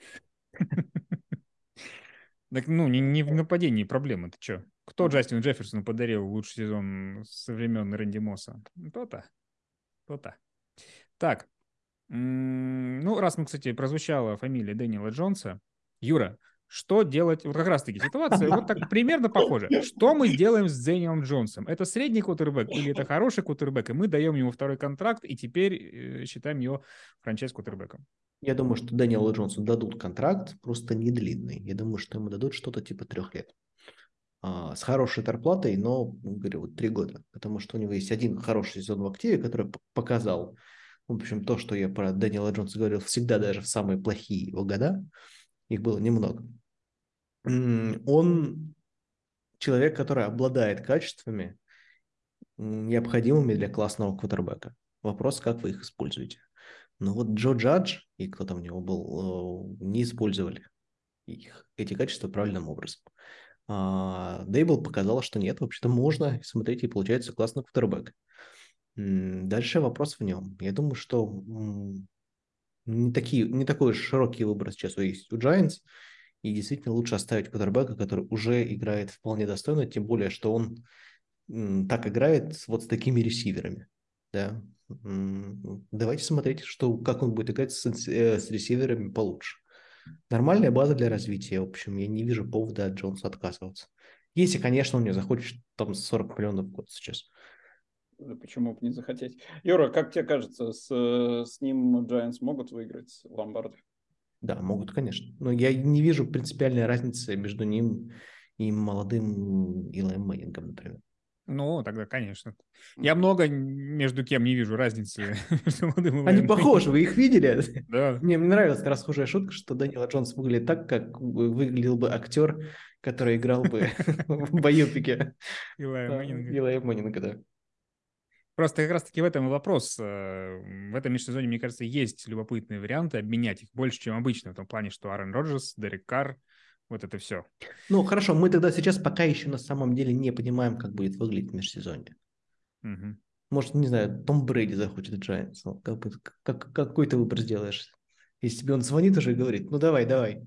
Так, ну, не, не в нападении проблема. Ты что? Кто Ага. Джастину Джефферсону подарил лучший сезон со времен Рэнди Мосса? То-то. То-то. Так. м, Ну, раз мы, кстати, прозвучала фамилия Дэниела Джонса. Юра, что делать? Вот как раз-таки ситуация вот так примерно похожа. Что мы сделаем с Дэниелом Джонсом? Это средний квотербек или это хороший квотербек? И мы даем ему второй контракт и теперь э, считаем его франчайз-квотербеком. Я думаю, что Дэниелу Джонсу дадут контракт, просто не длинный. Я думаю, что ему дадут что-то типа трех лет. А, с хорошей зарплатой, но, говорю, вот три года. Потому что у него есть один хороший сезон в активе, который п- показал, в общем, то, что я про Дэниела Джонса говорил всегда, даже в самые плохие его года. Их было немного. М, Он человек, который обладает качествами, м, необходимыми для классного квотербека. Вопрос, как вы их используете. Но вот Джо Джадж и кто там у него был, э, не использовали их, эти качества правильным образом. А Дейбл показал, что нет, вообще-то можно смотреть, и получается классный квотербек. Дальше вопрос в нем. Я думаю, что не, такие, не такой широкий выбор сейчас есть у Giants, и действительно лучше оставить квотербека, который уже играет вполне достойно, тем более, что он м, так играет вот с такими ресиверами. Да. М, Давайте смотреть, что, как он будет играть с, э, с ресиверами получше. Нормальная база для развития, в общем, я не вижу повода от Джонса отказываться. Если, конечно, он не захочет там сорок миллионов в год сейчас. Да почему бы не захотеть? Юра, как тебе кажется, с, с ним Giants могут выиграть Ломбард? Да, могут, конечно. Но я не вижу принципиальной разницы между ним и молодым Илоем Мэннингом, например. Ну, тогда, конечно. Я много между кем не вижу разницы. между молодым и Они Лэем похожи, Мэннингом. вы их видели? Да. Мне, мне нравилась расхожая шутка, что Дэниел Джонс выглядит так, как выглядел бы актер, который играл бы в байопике Илая э, Мэннинга. Илая Мэннинга, да. Просто как раз-таки в этом и вопрос. Э, В этом межсезонье, мне кажется, есть любопытные варианты обменять их больше, чем обычно, в том плане, что Аарон Роджерс, Дерек Карр, вот это все. Ну, хорошо, мы тогда сейчас пока еще на самом деле не понимаем, как будет выглядеть межсезонье. Мгм. Может, не знаю, Том Брейди захочет в Giants. Ну, как, бы- как- какой ты выбор сделаешь? Если тебе он звонит уже и говорит, ну давай, давай.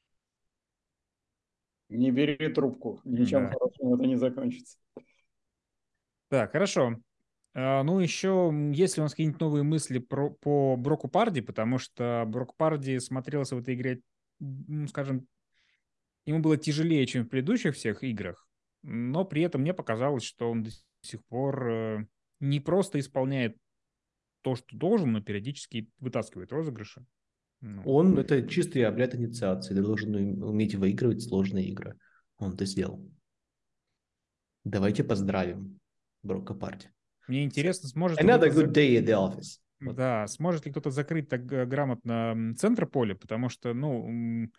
Не бери трубку, ничем Да. хорошим это не закончится. Так, хорошо. А, Ну, еще, м, есть ли у нас какие-нибудь новые мысли про, по Броку Парди, потому что Брок Парди смотрелся в этой игре, м, скажем, ему было тяжелее, чем в предыдущих всех играх, но при этом мне показалось, что он до сих пор э, не просто исполняет то, что должен, но периодически вытаскивает розыгрыши. Ну, Он, это чистый обряд инициации. Ты должен уметь выигрывать сложные игры. Он это сделал. Давайте поздравим Брока Парди. мне интересно, сможет ли Another кто-то... за- good day at the office. Вот. Да, сможет ли кто-то закрыть так г- грамотно м, центр поля, потому что, ну, м,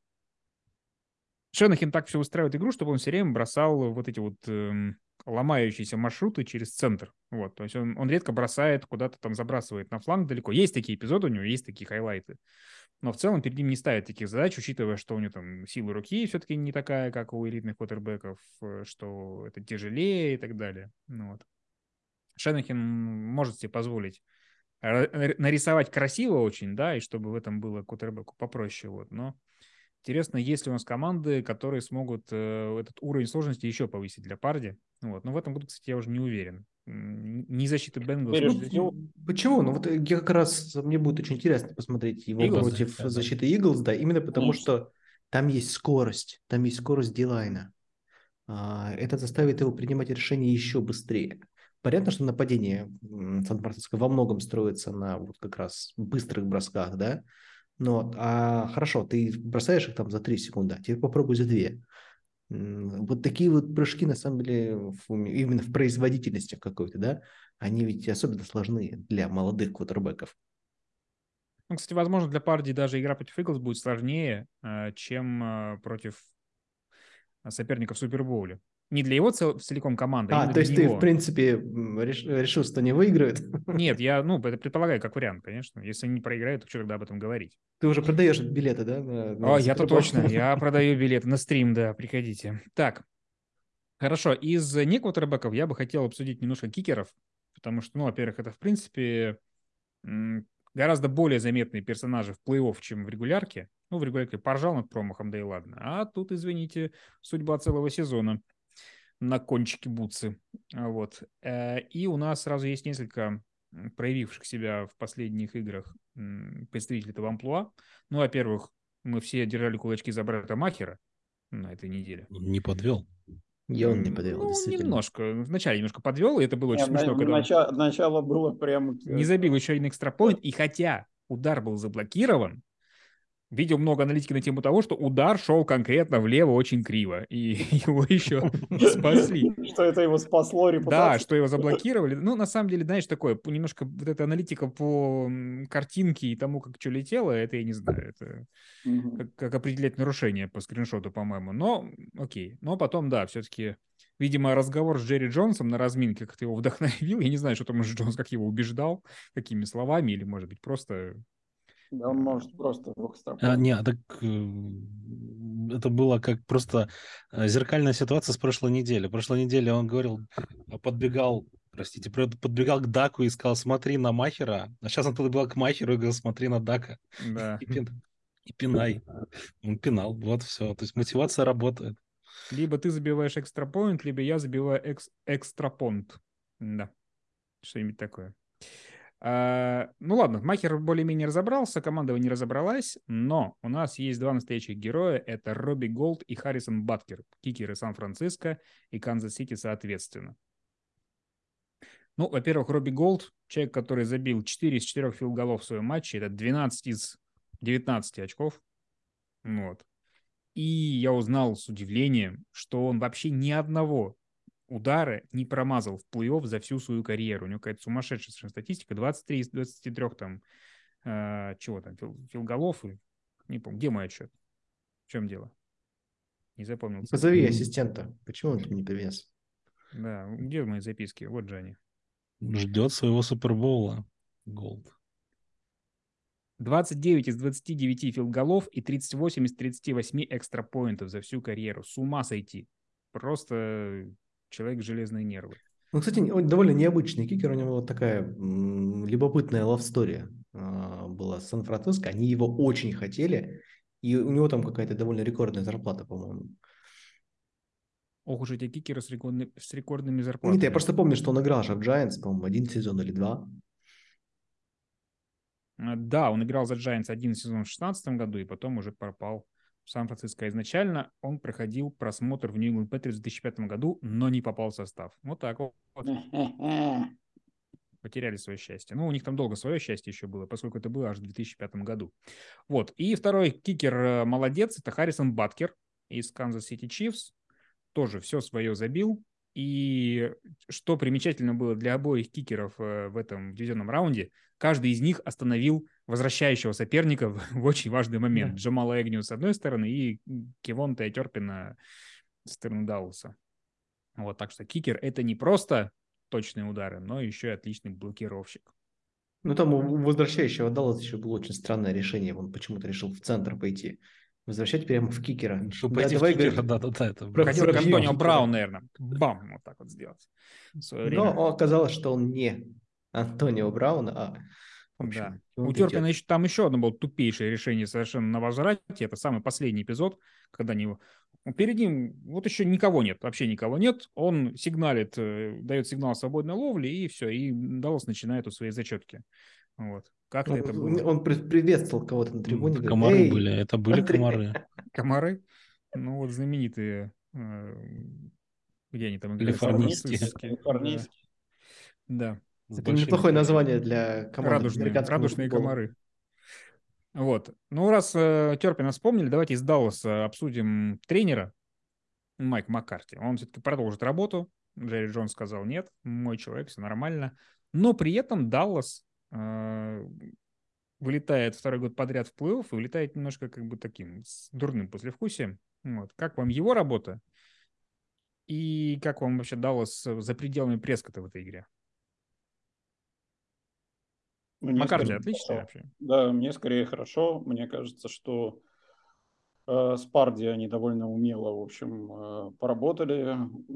Шенахин так все устраивает игру, чтобы он все время бросал вот эти вот эм, ломающиеся маршруты через центр. Вот, то есть он, он редко бросает, куда-то там забрасывает на фланг далеко. Есть такие эпизоды у него, есть такие хайлайты. Но в целом перед ним не ставят таких задач, учитывая, что у него там сила руки все-таки не такая, как у элитных квотербеков, э, что это тяжелее и так далее. Ну, вот. Шенахин может себе позволить ра- нарисовать красиво очень, да, и чтобы в этом было квотербеку попроще, вот, но интересно, есть ли у нас команды, которые смогут э, этот уровень сложности еще повысить для Парди. Вот. Но в этом году, кстати, я уже не уверен. М, Ни защита Бенгалс, ни Веришь Ну, в защита силу? почему? Ну, вот я как раз, мне будет очень интересно посмотреть его Иглс. против Да, да. защиты Иглс, да, именно потому Конечно. что там есть скорость, там есть скорость дилайна. А, Это заставит его принимать решения еще быстрее. Понятно, что нападение м, Сан-Франциско во многом строится на вот как раз быстрых бросках, да? Но, а, хорошо, ты бросаешь их там за три секунды, а теперь попробуй за две. М, Вот такие вот прыжки, на самом деле, в- именно в производительности какой-то, да, они ведь особенно сложны для молодых квотербеков. Ну, кстати, возможно, для Парди даже игра против Иглс будет сложнее, э, чем э, против соперников в Супербоуле. Не для его цел- целиком команды, а А, именно то для есть ты, в него. принципе, м, реш- решил, что не выиграют? Нет, я, ну, это предполагаю как вариант, конечно. Если они не проиграют, то что тогда об этом говорить? Ты уже продаешь билеты, да, на, О, на я-то Супербол? точно. Я продаю билеты на стрим, да, приходите. Так, хорошо. Из не квотербеков я бы хотел обсудить немножко кикеров, потому что, ну, во-первых, это, в принципе, м, гораздо более заметные персонажи в плей-офф, чем в регулярке. Ну, в регулярке поржал над промахом, да и ладно. А тут, извините, судьба целого сезона на кончике бутсы. А Вот. Э, И у нас сразу есть несколько м, проявивших себя в последних играх м, представителей этого амплуа. Ну, во-первых, мы все держали кулачки за Брэда Махера на этой неделе. Не подвел. И он не М, подвел, Ну, действительно. немножко. Вначале немножко подвел, и это было Не, очень на- смешно, когда он начало, начало было прям... не э, забил еще один экстрапоинт. И хотя удар был заблокирован, видел много аналитики на тему того, что удар шел конкретно влево очень криво, и его еще спасли. Что это его спасло Да, репутацию. что его заблокировали. Ну, на самом деле, знаешь, такое, п- немножко вот эта аналитика по м, картинке и тому, как что летело, это я не знаю, это Мгм. как, как определять нарушение по скриншоту, по-моему. Но, окей. Но потом, да, все-таки, видимо, разговор с Джерри Джонсом на разминке как-то его вдохновил. Я не знаю, что там Джонс, как его убеждал, какими словами, или, может быть, просто... Да он может просто двух А, стропов. не, так э, это было как просто э, зеркальная ситуация с прошлой недели. Прошлой неделе он говорил, а, подбегал простите, подбегал к Даку и сказал, смотри на Махера, а сейчас он подбегал к Махеру и говорил, смотри на Дака. Да. И, пин, и пинай. Он пинал, вот все. То есть мотивация работает. Либо ты забиваешь экстрапоинт, либо я забиваю экс экстрапонт. Да, что-нибудь такое. А, ну ладно, Махер более-менее разобрался, команда его не разобралась, но у нас есть два настоящих героя, это Робби Голд и Харрисон Баткер, кикеры Сан-Франциско и Канзас-Сити соответственно. Ну, во-первых, Робби Голд, человек, который забил четыре из четырёх филд-голов в своем матче, это двенадцать из девятнадцати очков. Вот. И я узнал с удивлением, что он вообще ни одного удара не промазал в плей-офф за всю свою карьеру. У него какая-то сумасшедшая совершенно статистика. двадцать три из двадцати трёх там, э, чего там, фил, филголов. И, не помню, где мой отчет? В чем дело? Не запомнил. Позови ассистента. Почему он не привез? Да, где мои записки? Вот же они. Ждет своего супербоула. Голд. двадцать девять из двадцати девяти филголов и тридцать восемь из тридцати восьми экстрапоинтов за всю карьеру. С ума сойти. Просто человек железные нервы. Ну, кстати, он довольно необычный кикер. У него вот такая м, любопытная лавстория а, была с Сан-Франциско. Они его очень хотели. И у него там какая-то довольно рекордная зарплата, по-моему. Ох уж эти кикеры с, рекордный, с рекордными зарплатами. Нет, я просто помню, что он играл же в Giants, по-моему, один сезон или два. Да, он играл за Giants один сезон в две тысячи шестнадцатом году и потом уже пропал в Сан-Франциско. Изначально он проходил просмотр в New England Patriots в две тысячи пятом году, но не попал в состав. Вот так вот. Потеряли свое счастье. Ну, у них там долго свое счастье еще было, поскольку это было аж в две тысячи пятом году. Вот. И второй кикер молодец, это Харрисон Баткер из Kansas City Chiefs. Тоже все свое забил. И что примечательно было для обоих кикеров в этом дивизионном раунде, каждый из них остановил возвращающего соперника в, в очень важный момент. Да. Джамала Эгню с одной стороны и Кевонта Терпина с стороны Далласа. Вот, так что кикер — это не просто точные удары, но еще и отличный блокировщик. Ну, там у возвращающего Далласа еще было очень странное решение. Он почему-то решил в центр пойти. Возвращать прямо в кикера. Чтобы да, пойти в кикера, да-да-да. Это... Хотел к Антонио Брауну, наверное. Бам! Вот так вот сделать. Но оказалось, что он не Антонио Браун, а... В общем, да. У Терпина еще, там еще одно было тупейшее решение совершенно на возврате. Это самый последний эпизод, когда они... перед ним вот еще никого нет, вообще никого нет. Он сигналит, дает сигнал свободной ловли, и все. И Даллас начинает у своей зачетки. Вот. Как-то он, это было. Он приветствовал кого-то на трибуне. Комары говорит, были, это были Андрей. комары. Комары? Ну вот знаменитые... Где они там играли? Калифорнийские. Калифорнийские. Да. да. Это неплохое название для команды. Радужные, радужные комары. Вот. Ну, раз э, Терпина вспомнили, давайте из Далласа обсудим тренера Майк Маккарти. Он все-таки продолжит работу. Джерри Джонс сказал, нет, мой человек, все нормально. Но при этом Даллас э, вылетает второй год подряд в плей-офф и вылетает немножко как бы таким с дурным послевкусием. Вот. Как вам его работа? И как вам вообще Даллас за пределами Прескотта в этой игре? Мне Маккарти отличный вообще. Да, мне скорее хорошо. Мне кажется, что э, с Парди они довольно умело, в общем, э, поработали.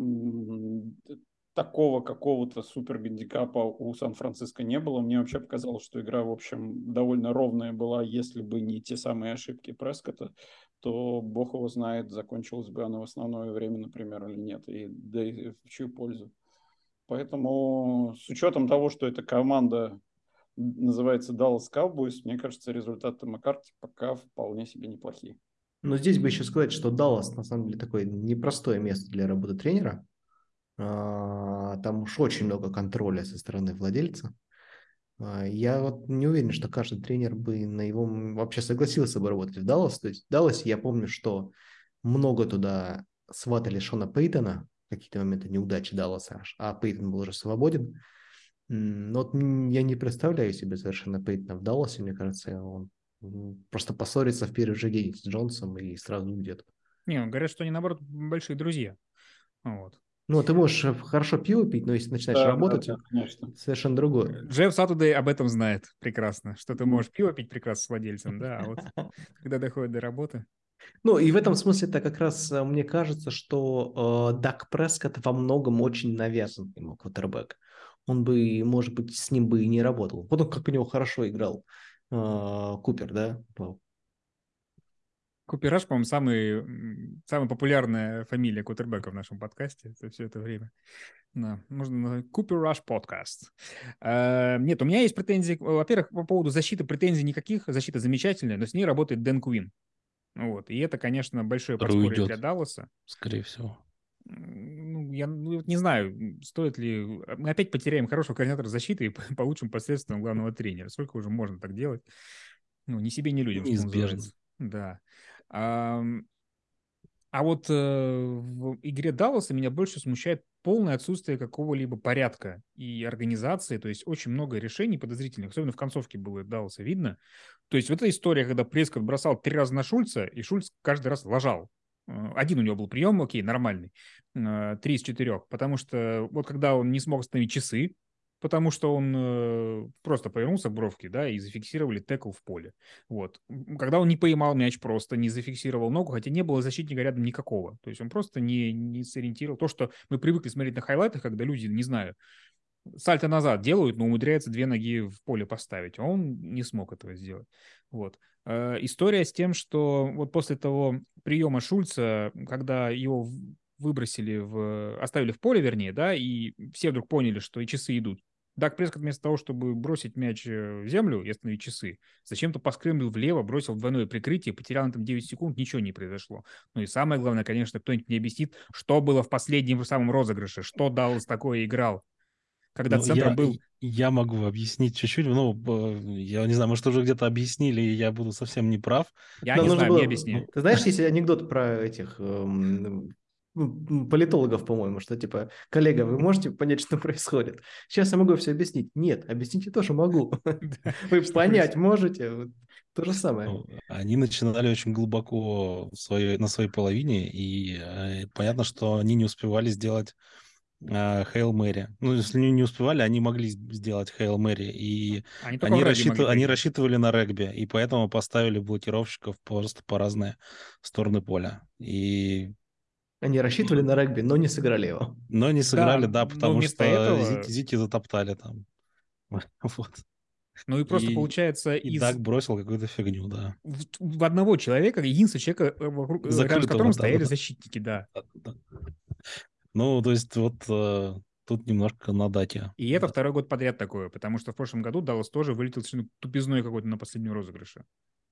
Такого какого-то супер гандикапа у Сан-Франциско не было. Мне вообще показалось, что игра, в общем, довольно ровная была. Если бы не те самые ошибки Прескотта, то бог его знает, закончилась бы она в основное время, например, или нет. И да и в чью пользу. Поэтому с учетом того, что эта команда называется Dallas Cowboys, мне кажется, результаты Маккарти пока вполне себе неплохие. Но здесь бы еще сказать, что Даллас на самом деле такое непростое место для работы тренера. Там уж очень много контроля со стороны владельца. Я вот не уверен, что каждый тренер бы на его вообще согласился бы работать в Даллас. То есть в Далласе я помню, что много туда сватали Шона Пейтона, в какие-то моменты неудачи Далласа, а Пейтон был уже свободен. Но вот я не представляю себе совершенно Пейтона в Далласе. Мне кажется, он просто поссорится в первый же день с Джонсом и сразу уйдет. Не, говорят, что они, наоборот, большие друзья. Вот. Ну, ты можешь хорошо пиво пить, но если начинаешь да, работать, да, да, совершенно другое. Джефф Сатудей об этом знает прекрасно, что ты можешь пиво пить прекрасно с владельцем, да, а вот когда доходит до работы. Ну, и в этом смысле это как раз мне кажется, что э, Даг Прескотт во многом очень навязан ему квотербэк. он бы, может быть, с ним бы и не работал. Вот он как у него хорошо играл э, Купер, да? Купер Раш, по-моему, самый, м, самая популярная фамилия квотербека в нашем подкасте за все это время. Да, можно назвать Купер Раш подкаст. Э, Нет, у меня есть претензии. Во-первых, по поводу защиты претензий никаких. Защита замечательная, но с ней работает Дэн Куин. Вот. И это, конечно, большое Который подспорье для уйдет, Далласа. скорее всего. Ну, я ну, вот не знаю, стоит ли... Мы опять потеряем хорошего координатора защиты и получим посредством главного тренера. Сколько уже можно так делать? Ну, ни себе, ни людям, что Неизбежно. называется. Да. Ам, А вот э, в игре Далласа меня больше смущает полное отсутствие какого-либо порядка и организации. То есть очень много решений подозрительных. Особенно в концовке было Далласа видно. То есть вот эта история, когда Прескотт бросал три раза на Шульца, и Шульц каждый раз лажал. Э, Один у него был прием, окей, нормальный. Э, Три из четырех. Потому что вот когда он не смог остановить часы, потому что он э, просто повернулся к бровке, да, и зафиксировали текл в поле. Вот. Когда он не поймал мяч просто, не зафиксировал ногу, хотя не было защитника рядом никакого. То есть он просто не, не сориентировал. То, что мы привыкли смотреть на хайлайтах, когда люди, не знаю, сальто назад делают, но умудряются две ноги в поле поставить. А он не смог этого сделать. Вот. Э, История с тем, что вот после того приема Шульца, когда его выбросили в... оставили в поле, вернее, да, и все вдруг поняли, что и часы идут. Дак Прескотт вместо того, чтобы бросить мяч в землю и остановить часы, зачем-то поскрымлил влево, бросил двойное прикрытие, потерял на там девять секунд, ничего не произошло. Ну и самое главное, конечно, кто-нибудь мне объяснит, что было в последнем самом розыгрыше, что Даллас такое играл, когда Ну, центром я, был... я могу объяснить чуть-чуть. Ну, б- я не знаю, может, уже где-то объяснили, и я буду совсем не прав. Я Нам не нужно знаю, мне было... объясни. Ты знаешь, есть анекдот про этих эм, м, политологов, по-моему, что типа, коллега, вы можете понять, что происходит? Сейчас я могу все объяснить. Нет, объяснить я тоже могу. Да, Вы что понять происходит? можете? Вот то же самое. Ну, они начинали очень глубоко в своей, на своей половине, и э, понятно, что они не успевали сделать э, Хейл Мэри. Ну, если не, не успевали, они могли сделать Хейл Мэри, и Они только в они, регби могли рассчитыв- они проиграть. рассчитывали на регби, и поэтому поставили блокировщиков просто по разные стороны поля. И... Они рассчитывали на регби, но не сыграли его. Но не Да, сыграли, да, но потому вместо что Зити, этого... Зити затоптали там. Вот. Ну и просто И, получается и из... Даг бросил какую-то фигню, да. В, в одного человека, единственного человека, э, вокруг, э, рядом с Закрытого, которым стояли да-да-да. защитники, да. Да-да-да. Ну, то есть вот э, тут немножко на дате. И это второй год подряд такое, потому что в прошлом году Даллас тоже вылетел совершенно тупизной какой-то на последнем розыгрыше.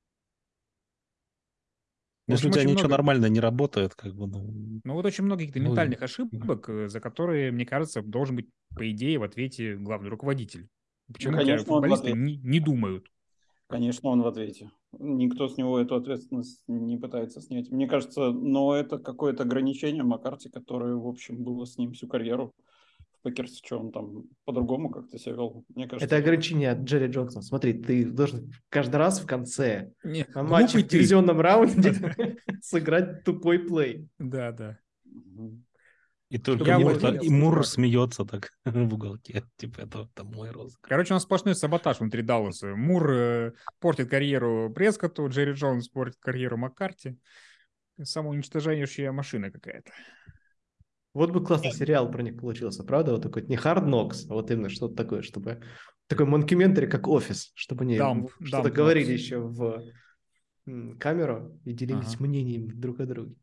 В Если у общем, тебя очень ничего много... нормально не работает, как бы, ну, Ну вот очень много каких-то ну, и- ментальных ошибок, э, за которые, мне кажется, должен быть, по идее, в ответе главный руководитель. Ну, Почему у тебя конечно, он в футболисты ответе. не, не думают? Конечно, он в ответе. Никто с него эту ответственность не пытается снять. Мне кажется, но это какое-то ограничение Маккарти, которое, в общем, было с ним всю карьеру в Пекерсе, что он там по-другому как-то себя вел. Мне Это кажется, ограничение от Джерри Джонсона. Смотри, ты должен каждый раз в конце Не, матча глупый в ты. телевизионном раунде сыграть тупой плей. Да, да. мгм. и только Я Мур, вот, та- я и вот Мур дурак. смеется так в уголке. Типа, это, это мой розыгрыш. Короче, у нас сплошной саботаж внутри Далласа. Мур э, портит карьеру Прескотту, Джерри Джонс портит карьеру Маккарти. Самоуничтожающая машина какая-то. Вот бы классный сериал про них получился, правда? Вот такой, не Hard Knocks, а вот именно что-то такое, чтобы... Такой монкюментари, как офис, чтобы они Дамп, что-то дамп говорили Нокс. еще в м, камеру и делились Ага. мнениями друг о друге.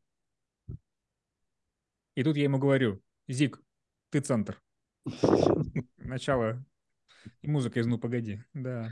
И тут я ему говорю: Зик, ты центр. Начало. И музыка из «Ну, погоди». Да.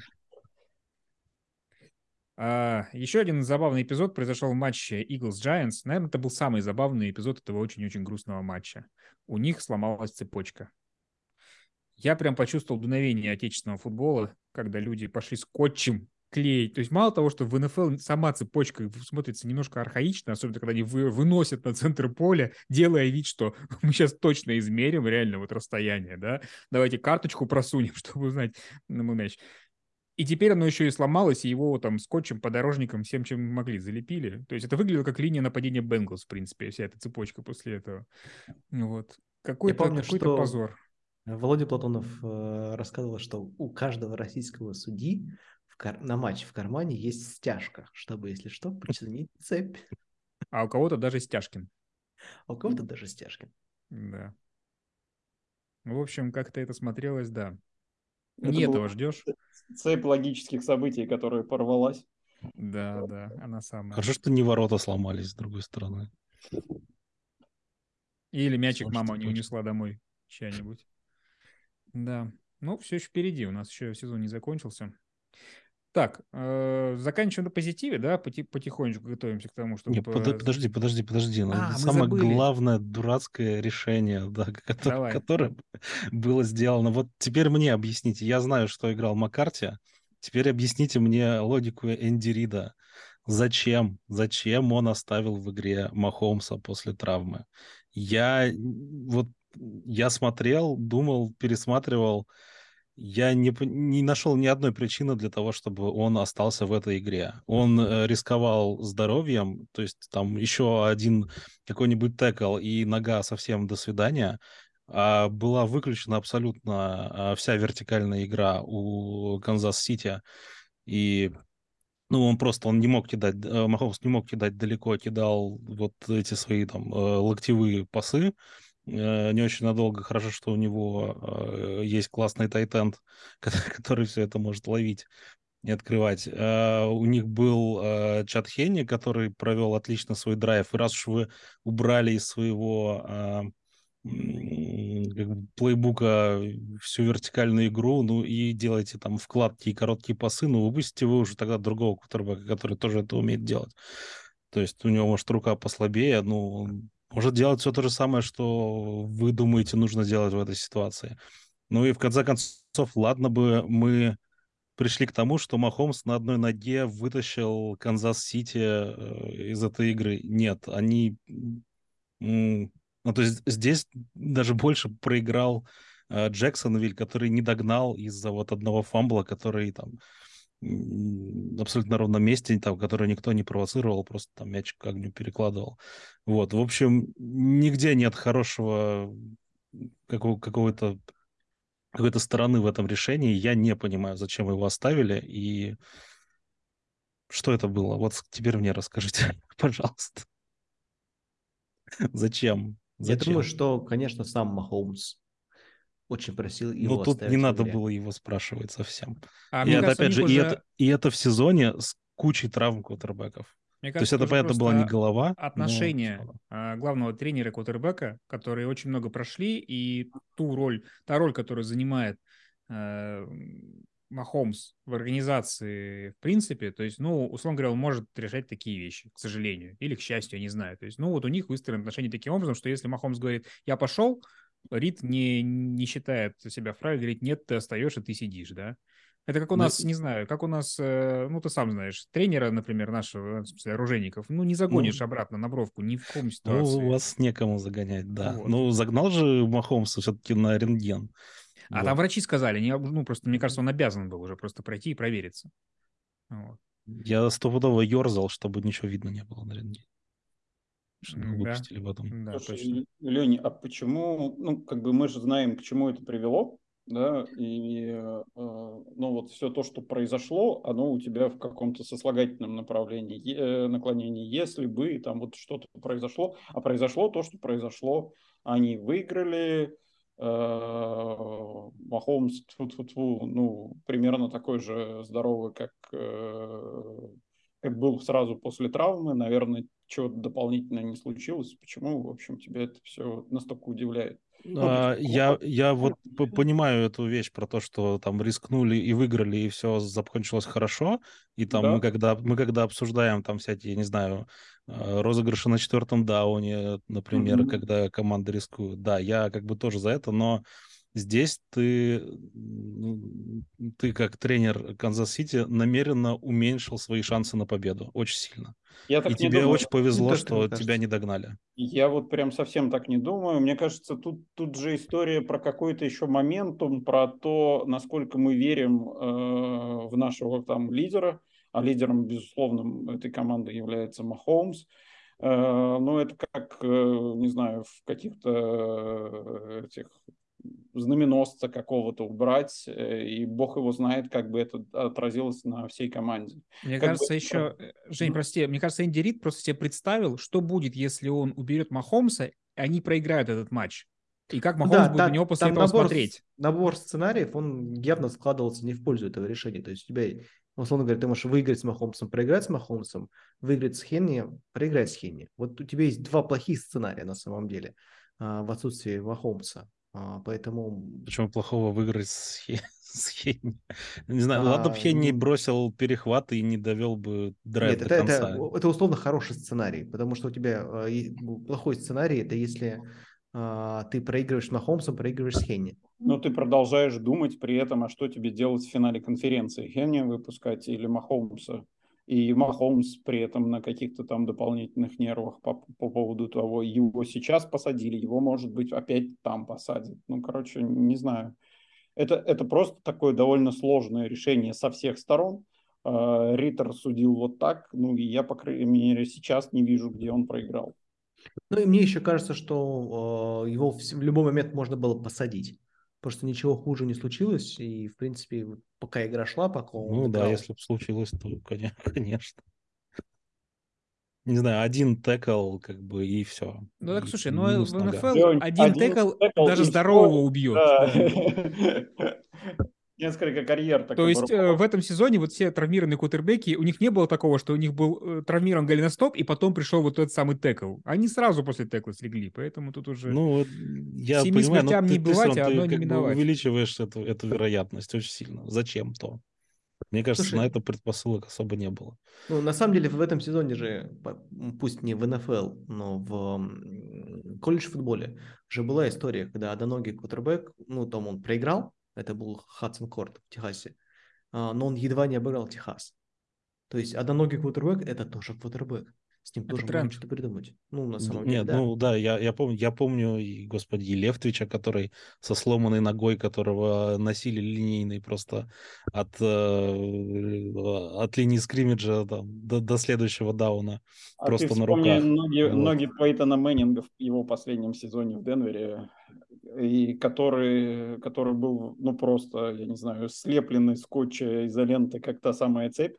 А, еще один забавный эпизод произошел в матче Eagles-Giants. Наверное, это был самый забавный эпизод этого очень-очень грустного матча. У них сломалась цепочка. Я прям почувствовал дуновение отечественного футбола, когда люди пошли скотчем клеить. То есть мало того, что в эн эф эл сама цепочка смотрится немножко архаично, особенно когда они вы, выносят на центр поля, делая вид, что мы сейчас точно измерим реально вот расстояние, да, давайте карточку просунем, чтобы узнать на мяч. И теперь оно еще и сломалось, и его там скотчем, подорожником, всем, чем могли, залепили. То есть это выглядело как линия нападения Бенглс, в принципе, вся эта цепочка после этого. Вот. Я Какой-то помню, какой-то что позор. Володя Платонов э, рассказывал, что у каждого российского судьи в кар- на матч в кармане есть стяжка, чтобы, если что, починить цепь. А у кого-то даже Стяжкин. А у кого-то даже стяжки. Да. В общем, как-то это смотрелось, да. Это Не была этого ждешь. цепь логических событий, которая порвалась. Да, да, она самая. Хорошо, что не ворота сломались, с другой стороны. Или мячик Потому мама что не точно. унесла домой чья-нибудь. Да. Ну, все еще впереди. У нас еще сезон не закончился. Так, э, заканчиваем на позитиве, да? Поти- потихонечку готовимся к тому, Не, чтобы... под- подожди, подожди, подожди. Ну, А, мы самое забыли. главное дурацкое решение, да, которое, Давай. которое было сделано. Вот теперь мне объясните. Я знаю, что играл Маккарти. Теперь объясните мне логику Энди Рида. Зачем? Зачем он оставил в игре Махомса после травмы? Я вот я смотрел, думал, пересматривал. Я не, п- не нашел ни одной причины для того, чтобы он остался в этой игре. Он э, рисковал здоровьем, то есть там еще один какой-нибудь текл и нога совсем до свидания. А была выключена абсолютно а, вся вертикальная игра у Канзас-Сити. И ну, он просто, он не мог кидать, э, Махомс не мог кидать далеко, кидал вот эти свои там э, локтевые пасы, э, не очень надолго. Хорошо, что у него э, есть классный тайтенд, который все это может ловить и открывать. Э, У них был э, Чад Хенни, который провел отлично свой драйв. И раз уж вы убрали из своего э, м, как бы плейбука всю вертикальную игру, ну и делаете там вкладки и короткие пасы, ну выпустите вы уже тогда другого кутербэка, который тоже это умеет делать. То есть у него, может, рука послабее, ну, он может делать все то же самое, что вы думаете нужно делать в этой ситуации. Ну и в конце концов, ладно бы мы пришли к тому, что Махомс на одной ноге вытащил Канзас-Сити э, из этой игры. Нет, они... м, Ну, то есть здесь даже больше проиграл э, Джексонвиль, который не догнал из-за вот одного фамбла, который там м, абсолютно на ровном месте, там, который никто не провоцировал, просто там мяч к огню перекладывал. Вот, в общем, нигде нет хорошего какого- какого-то какой-то стороны в этом решении. Я не понимаю, зачем его оставили и что это было. Вот теперь мне расскажите, пожалуйста. Зачем? Я думаю, Зачем? что, конечно, сам Махоумс очень просил Ну, его тут не оставить в надо игре. было его спрашивать совсем. А И мне это, кажется, у опять них же, и это, уже... и это в сезоне с кучей травм квотербеков. Мне То есть кажется, это это, уже понятно, была не просто голова, но всё отношение равно. а, главного тренера квотербека, которые очень много прошли, и ту роль, та роль, которую занимает э, Махомс в организации, в принципе, то есть, ну, условно говоря, он может решать такие вещи, к сожалению, или к счастью, я не знаю. То есть, ну, вот у них выстроены отношения таким образом, что если Махомс говорит, я пошел, Рид не, не считает себя вправе, говорит, нет, ты остаешься, ты сидишь, да. Это как у Ну, нас, не знаю, как у нас, э, ну, ты сам знаешь, тренера, например, нашего, в смысле, оружейников, ну, не загонишь ну, обратно на бровку ни в коем ну, у ситуации. вас некому загонять, да. Вот. Ну, загнал же Махомса все-таки на рентген. А там Вот. врачи сказали, не, об- ну, просто, мне кажется, он обязан был уже просто пройти и провериться. Вот. Я стопудово ерзал, чтобы ничего видно не было на рентгене. Чтобы его М, Да, выпустили потом. да, точно. Слушай, Леня, а почему, ну, как бы мы же знаем, к чему это привело, да, и, э, ну, вот все то, что произошло, оно у тебя в каком-то сослагательном направлении, э, наклонении, если бы там вот что-то произошло, а произошло то, что произошло, они выиграли, э, Махомс, тьфу-тьфу-тьфу, ну, примерно такой же здоровый, как, э, как был сразу после травмы, наверное, чего-то дополнительно не случилось. Почему, в общем, тебя это все настолько удивляет? Ну, то есть, А, Я, я вот п- понимаю эту вещь про то, что там рискнули и выиграли, и все закончилось хорошо. И там мы да. когда, мы когда обсуждаем там всякие, не знаю, э, розыгрыши на четвертом дауне, например, Мгм. когда команда рискует, да, я как бы тоже за это, но здесь ты, м, ты как тренер Канзас-Сити намеренно уменьшил свои шансы на победу очень сильно. Я И так не тебе думаю. очень повезло, Как тебе что тебя кажется? не догнали. Я вот прям совсем так не думаю. Мне кажется, тут, тут же история про какой-то еще моментум, про то, насколько мы верим э, в нашего там лидера. А лидером, безусловно, этой команды является Махоумс. Э, ну, это как, э, не знаю, в каких-то э, этих знаменосца какого-то убрать, э, и бог его знает, как бы это отразилось на всей команде. Мне Как бы... кажется, еще, э, Жень, Мгм. прости, мне кажется, Энди Рид просто себе представил, что будет, если он уберет Махомса, и они проиграют этот матч. И как Ну Махомс да, будет на него так, после там этого набор, с- смотреть. набор сценариев, он явно складывался не в пользу этого решения. То есть у тебя, условно говоря, ты можешь выиграть с Махомсом, проиграть с Махомсом, выиграть с Хенни, проиграть с Хенни. Вот у тебя есть два плохих сценария на самом деле а, в отсутствии Махомса. А, поэтому Почему плохого выиграть с, Хе- с Хенни? Не знаю, ладно бы а, Хенни м, бросил перехват и не довел бы драйв нет, до это, это, конца. это условно хороший сценарий, потому что у тебя а, и- плохой сценарий, это если а, ты проигрываешь с Махомсом, проигрываешь с Хенни. Но ты продолжаешь думать при этом, а что тебе делать в финале конференции? Хенни выпускать или Махомса? И Махомс при этом на каких-то там дополнительных нервах по, по поводу того, его сейчас посадили, его, может быть, опять там посадят. Ну, короче, не знаю. Это, это просто такое довольно сложное решение со всех сторон. Э, Риттер судил вот так, ну, и я, по крайней мере, сейчас не вижу, где он проиграл. Ну и мне еще кажется, что э, его в, в любой момент можно было посадить. Потому что ничего хуже не случилось. И, в принципе, вот пока игра шла, пока он Ну да, играл. если бы случилось, то, коня- конечно. Не знаю, один текл, как бы, и все. Ну так, И слушай, ну минус в нога. эн эф эл Лёнь, один один текл текл даже и все. здорового убьет. Да. Да. Несколько карьер так То есть э, оборвалось. в этом сезоне вот все травмированные квотербеки, у них не было такого, что у них был э, травмирован голеностоп, и потом пришел вот этот самый текл. Они сразу после текла слегли, поэтому тут уже Ну, вот я семи понимаю, но смертям ты, не ты все бывать, равно а ты одной не как бы миновать. увеличиваешь эту, эту вероятность очень сильно. Зачем то? Мне кажется, на Слушай, это предпосылок особо не было. ну на самом деле в этом сезоне же, по- пусть не в эн эф эл, но в м, колледж-футболе же была история, когда одноногий квотербек, ну там он проиграл, это был Хадсон Корт в Техасе, а, но он едва не обыграл Техас. То есть одноногий квотербек – это тоже квотербек. С ним Это тоже можно тренд. что-то придумать. Ну, на Д- самом деле, Нет, да. ну да, я, я помню, я помню, и, господи, и Левтвича, который со сломанной ногой, которого носили линейный просто от, э, от линии скриммиджа там, до, до следующего дауна, А ты просто на вспомни руках. ноги, Вот. ноги Пейтона Мэннинга в его последнем сезоне в Денвере, и который, который был, ну, просто, я не знаю, слеплен из скотча, изоленты, как та самая цепь.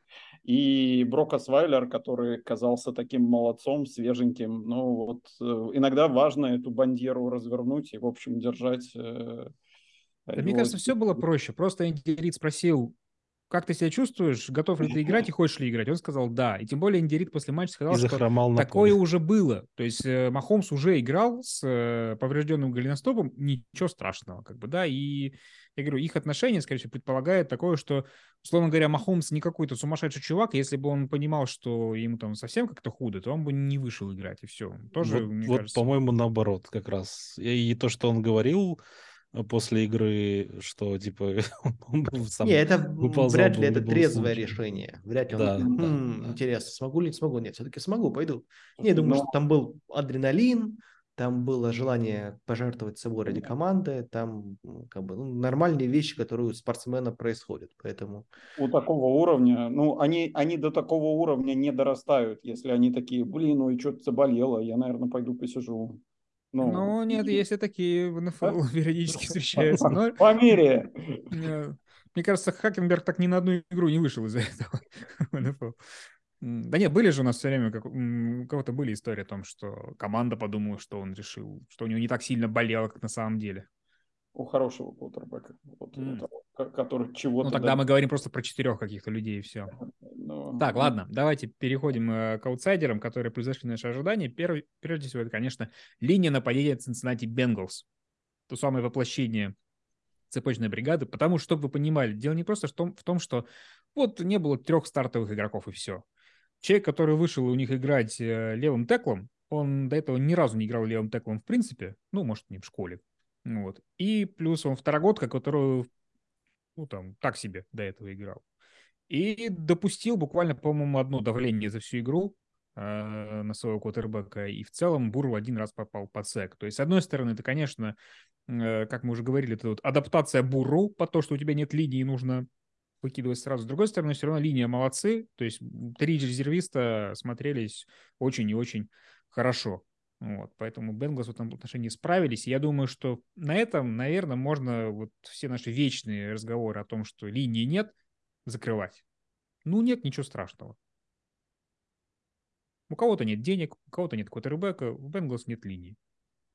И Брок Освайлер, который казался таким молодцом, свеженьким. Ну, вот э, иногда важно эту бандеру развернуть и, в общем, держать э, Да мне его. кажется, все было проще. Просто Энди Рид спросил, как ты себя чувствуешь, готов ли ты играть и хочешь ли играть? Он сказал да. И тем более Энди Рид после матча И сказал, что захромал на такое поле. уже было. То есть э, Махомс уже играл с э, поврежденным голеностопом, ничего страшного, как бы, да. И я говорю, их отношения, скорее всего, предполагают такое, что, условно говоря, Махомс не какой-то сумасшедший чувак. Если бы он понимал, что ему там совсем как-то худо, то он бы не вышел играть, и все. Тоже, Вот, мне вот кажется, по-моему, наоборот, как раз. И, и то, что он говорил э, после игры, что, типа, он бы Не, сам это м, выползал вряд ли бы в это любом трезвое случае. решение. Вряд ли он Да, такой, да, «Хм, да. интересно, смогу ли, не смогу? Нет, все-таки смогу, пойду. Не, я Слушай, думаю, ну, что там был адреналин, там было желание пожертвовать собой ради команды, там м, как бы ну, нормальные вещи, которые у спортсмена происходят. Поэтому у такого уровня, ну, они, они до такого уровня не дорастают, если они такие, блин, ну и что-то заболело, я, наверное, пойду посижу. Ну, ну, нет, если такие в да? эн эф эл периодически встречаются. Но В Америке. э, мне кажется, Хакенберг так ни на одну игру не вышел из-за этого в эн эф эл. М, Да нет, были же у нас все время, как, м, у кого-то были истории о том, что команда подумала, что он решил, что у него не так сильно болело, как на самом деле. У хорошего квотербека, вот, у М. того, ко- который Ну, чего-то тогда мы добился. говорим просто про четырех каких-то людей, и все. Но, Так, ну, ладно, давайте переходим э, к аутсайдерам, которые превзошли наши ожидания. Первый, прежде всего, это, конечно, линия нападения Cincinnati Bengals. То самое воплощение цепочной бригады, потому что, чтобы вы понимали, дело не просто в том, в том, что вот не было трех стартовых игроков и все. Человек, который вышел у них играть э, левым теклом, он до этого ни разу не играл левым теклом в принципе, ну, может, не в школе. Ну вот. И плюс он второгодка, который, ну, там, так себе до этого играл. И допустил буквально, по-моему, одно давление за всю игру э, на своего квотербека. И в целом Бурл один раз попал под сек. То есть, с одной стороны, это, конечно, э, как мы уже говорили, это вот адаптация Бурру по то, что у тебя нет линии, нужно выкидывать сразу. С другой стороны, все равно линия молодцы. То есть три резервиста смотрелись очень и очень хорошо. Вот, поэтому Бенглс в этом отношении справились. И я думаю, что на этом, наверное, можно вот все наши вечные разговоры о том, что линии нет, закрывать. Ну, нет ничего страшного. У кого-то нет денег, у кого-то нет квотербека, у Бенглс нет линии.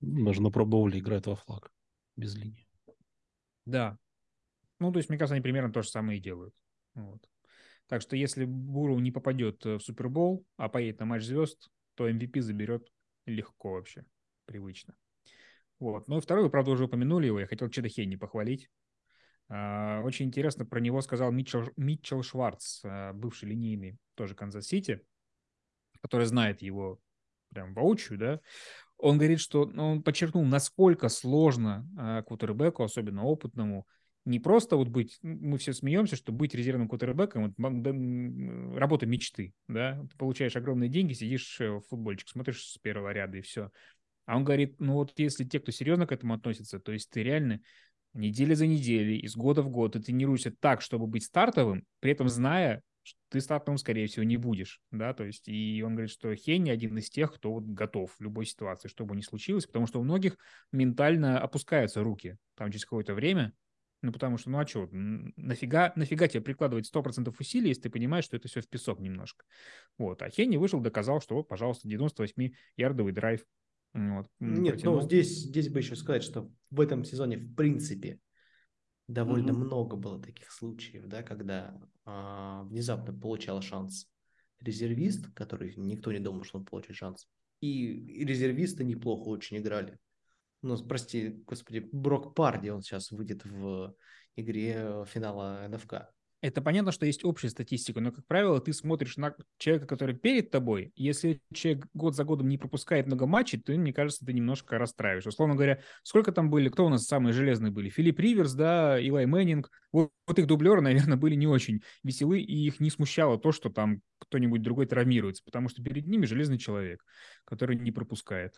Даже на Pro Bowl играет во флаг без линии. Да. Ну, то есть, мне кажется, они примерно то же самое и делают. Вот. Так что если Бурроу не попадет в Супербол, а поедет на матч звезд, то эм ви пи заберет легко вообще, привычно. Вот. Ну и второй, вы, правда, уже упомянули его, я хотел Чеда Хенни похвалить. А, очень интересно про него сказал Митчел, Митчел Шварц, а, бывший линейный, тоже Канзас-Сити, который знает его прям воочию, да. Он говорит, что ну, он подчеркнул, насколько сложно а, квотербеку, особенно опытному, не просто вот быть, мы все смеемся, что быть резервным квотербеком — это работа мечты, да, ты получаешь огромные деньги, сидишь в футбольчик, смотришь с первого ряда и все. А он говорит, ну вот если те, кто серьезно к этому относится, то есть ты реально неделя за неделей, из года в год ты тренируешься так, чтобы быть стартовым, при этом зная, что ты стартовым, скорее всего, не будешь, да, то есть, и он говорит, что Хенни один из тех, кто вот готов в любой ситуации, что бы ни случилось, потому что у многих ментально опускаются руки там через какое-то время, ну, потому что, ну, а что, нафига, нафига тебе прикладывать сто процентов усилий, если ты понимаешь, что это все в песок немножко. Вот, а Хенни вышел, доказал, что вот, пожалуйста, девяносто восьмиярдовый драйв, вот, Нет, ну протянул. здесь, здесь бы еще сказать, что в этом сезоне в принципе довольно Мгм. много было таких случаев, да, когда а, внезапно получал шанс резервист, который никто не думал, что он получит шанс, и, и резервисты неплохо очень играли. Ну, прости, господи, Брок Парди, он сейчас выйдет в игре финала эн эф ка. Это понятно, что есть общая статистика, но, как правило, ты смотришь на человека, который перед тобой. Если человек год за годом не пропускает много матчей, то, мне кажется, ты немножко расстраиваешь. Условно говоря, сколько там были, кто у нас самые железные были? Филипп Риверс, да, Илай Мэннинг. Вот, вот их дублеры, наверное, были не очень веселы, и их не смущало то, что там кто-нибудь другой травмируется, потому что перед ними железный человек, который не пропускает.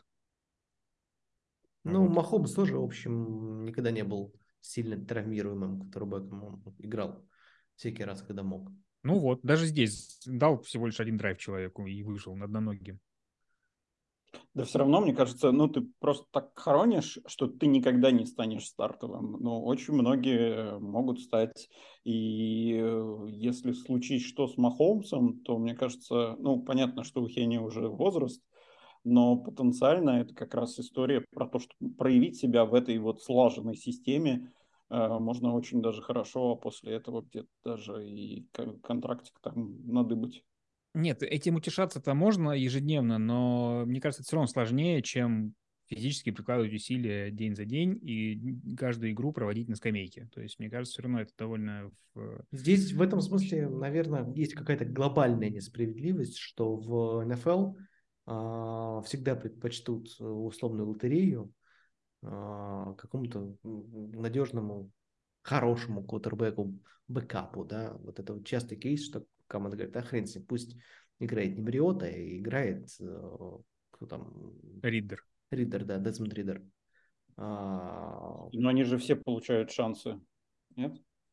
Ну, Вот. Махомс тоже, в общем, никогда не был сильно травмируемым квотербеком. Он играл всякий раз, когда мог. Ну вот, даже здесь дал всего лишь один драйв человеку и вышел над одноногим. Да все равно, мне кажется, ну ты просто так хоронишь, что ты никогда не станешь стартовым. Но очень многие могут стать. И э, если случись что с Махомсом, то, мне кажется, ну понятно, что у Хенни уже возраст, но потенциально это как раз история про то, что проявить себя в этой вот слаженной системе э, можно очень даже хорошо, а после этого где-то даже и к- контрактик там надыбать. Нет, этим утешаться-то можно ежедневно, но мне кажется, это все равно сложнее, чем физически прикладывать усилия день за день и каждую игру проводить на скамейке. То есть, мне кажется, все равно это довольно... в- Здесь в этом смысле, наверное, есть какая-то глобальная несправедливость, что в эн эф эл а, всегда предпочтут условную лотерею а, какому-то надежному, хорошему квотербеку, бэкапу, да. Вот это вот частый кейс, что команда говорит, а хрен с ним, пусть играет не Бриота, а играет э, кто там, Риддер. Ридер, да, Дезмонд Ридер. А, Но они же все получают шансы. Нет?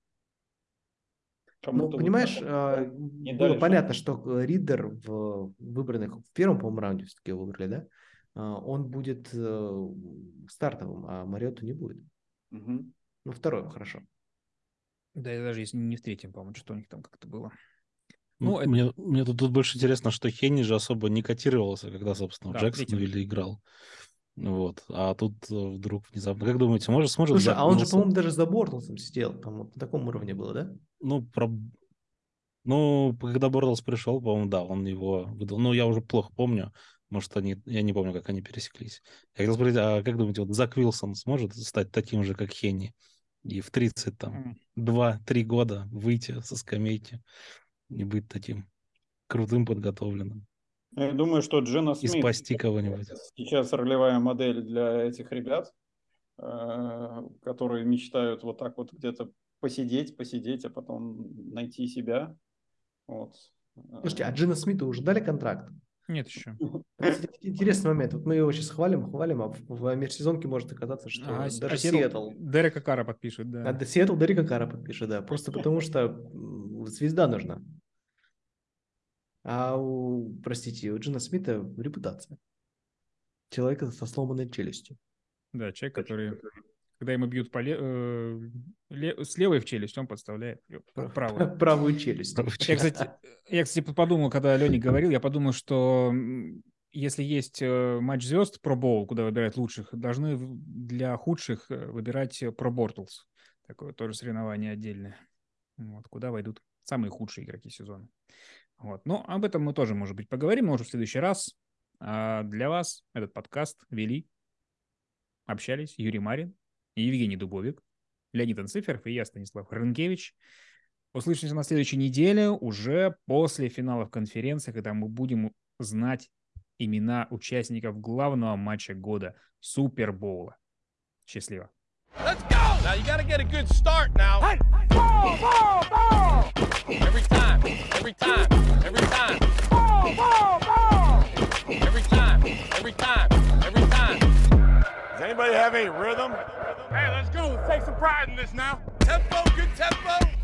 Ну, Кому-то вот понимаешь, такому, а, да, не было дали шанс. понятно, что Ридер в выбранных, в первом, по-моему, раунде все-таки его выбрали, да? А, Он будет э, стартовым, а Мариоту не будет. Мгм. Ну, второй, хорошо. Да, и даже если не в третьем, по-моему, что у них там как-то было. Ну, Ну, это, мне, мне тут, тут больше интересно, что Хенни же особо не котировался, когда, собственно, в да, в третьем. Джексонвилле играл. Вот. А тут э, вдруг внезапно... Как думаете, может, сможет Слушай, Зак а он же, Уилсон? по-моему, даже за Бортлсом сидел, там вот на таком уровне было, да? Ну, про... ну, когда Бортлс пришел, по-моему, да, он его выдал. Ну, я уже плохо помню. Может, они... Я не помню, как они пересеклись. Я хотел спросить, а как думаете, вот Зак Уилсон сможет стать таким же, как Хенни? И в тридцать, там, М. два-три года выйти со скамейки и быть таким крутым, подготовленным? Я думаю, что Джина И Смит спасти кого-нибудь. сейчас ролевая модель для этих ребят, э, которые мечтают вот так вот где-то посидеть, посидеть, а потом найти себя. Вот. Слушайте, а Э, Джина Смиту уже дали контракт? Нет еще. Это, кстати, интересный момент. Вот мы его сейчас хвалим, хвалим, а в, в межсезонке может оказаться, А, что С- а даже Сиэтл Сиэтл, Дерека Карра подпишет, а да. до Сиэтл Дерека Карра подпишет, да, просто потому что м, звезда нужна. А у, простите, у Джина Смита репутация человека со сломанной челюстью. Да, человек, который, когда ему бьют по ле- э, ле- с левой в челюсть, он подставляет её под Прав- правую. Правую челюсть. Правую Я, челюсть. кстати, я, кстати, подумал, когда Леня говорил, я подумал, что м, если есть э, матч звезд Pro Bowl, куда выбирают лучших, должны в- для худших э, выбирать э, Pro Bortles. Такое тоже соревнование отдельное. Вот, куда войдут самые худшие игроки сезона. Вот. Но об этом мы тоже, может быть, поговорим, может, в следующий раз. А для вас этот подкаст вели, общались Юрий Марин и Евгений Дубовик, Леонид Анциферов и я, Станислав Хренкевич. Услышимся на следующей неделе, уже после финалов конференции, когда мы будем знать имена участников главного матча года — Супербоула. Счастливо. Let's go! Now you gotta get a good start now. Hey, ball, ball, ball! Every time, every time, every time. Ball, ball, ball! Every time, every time, every time. Does anybody have any rhythm? Hey, let's go. Let's take some pride in this now. Tempo, good tempo.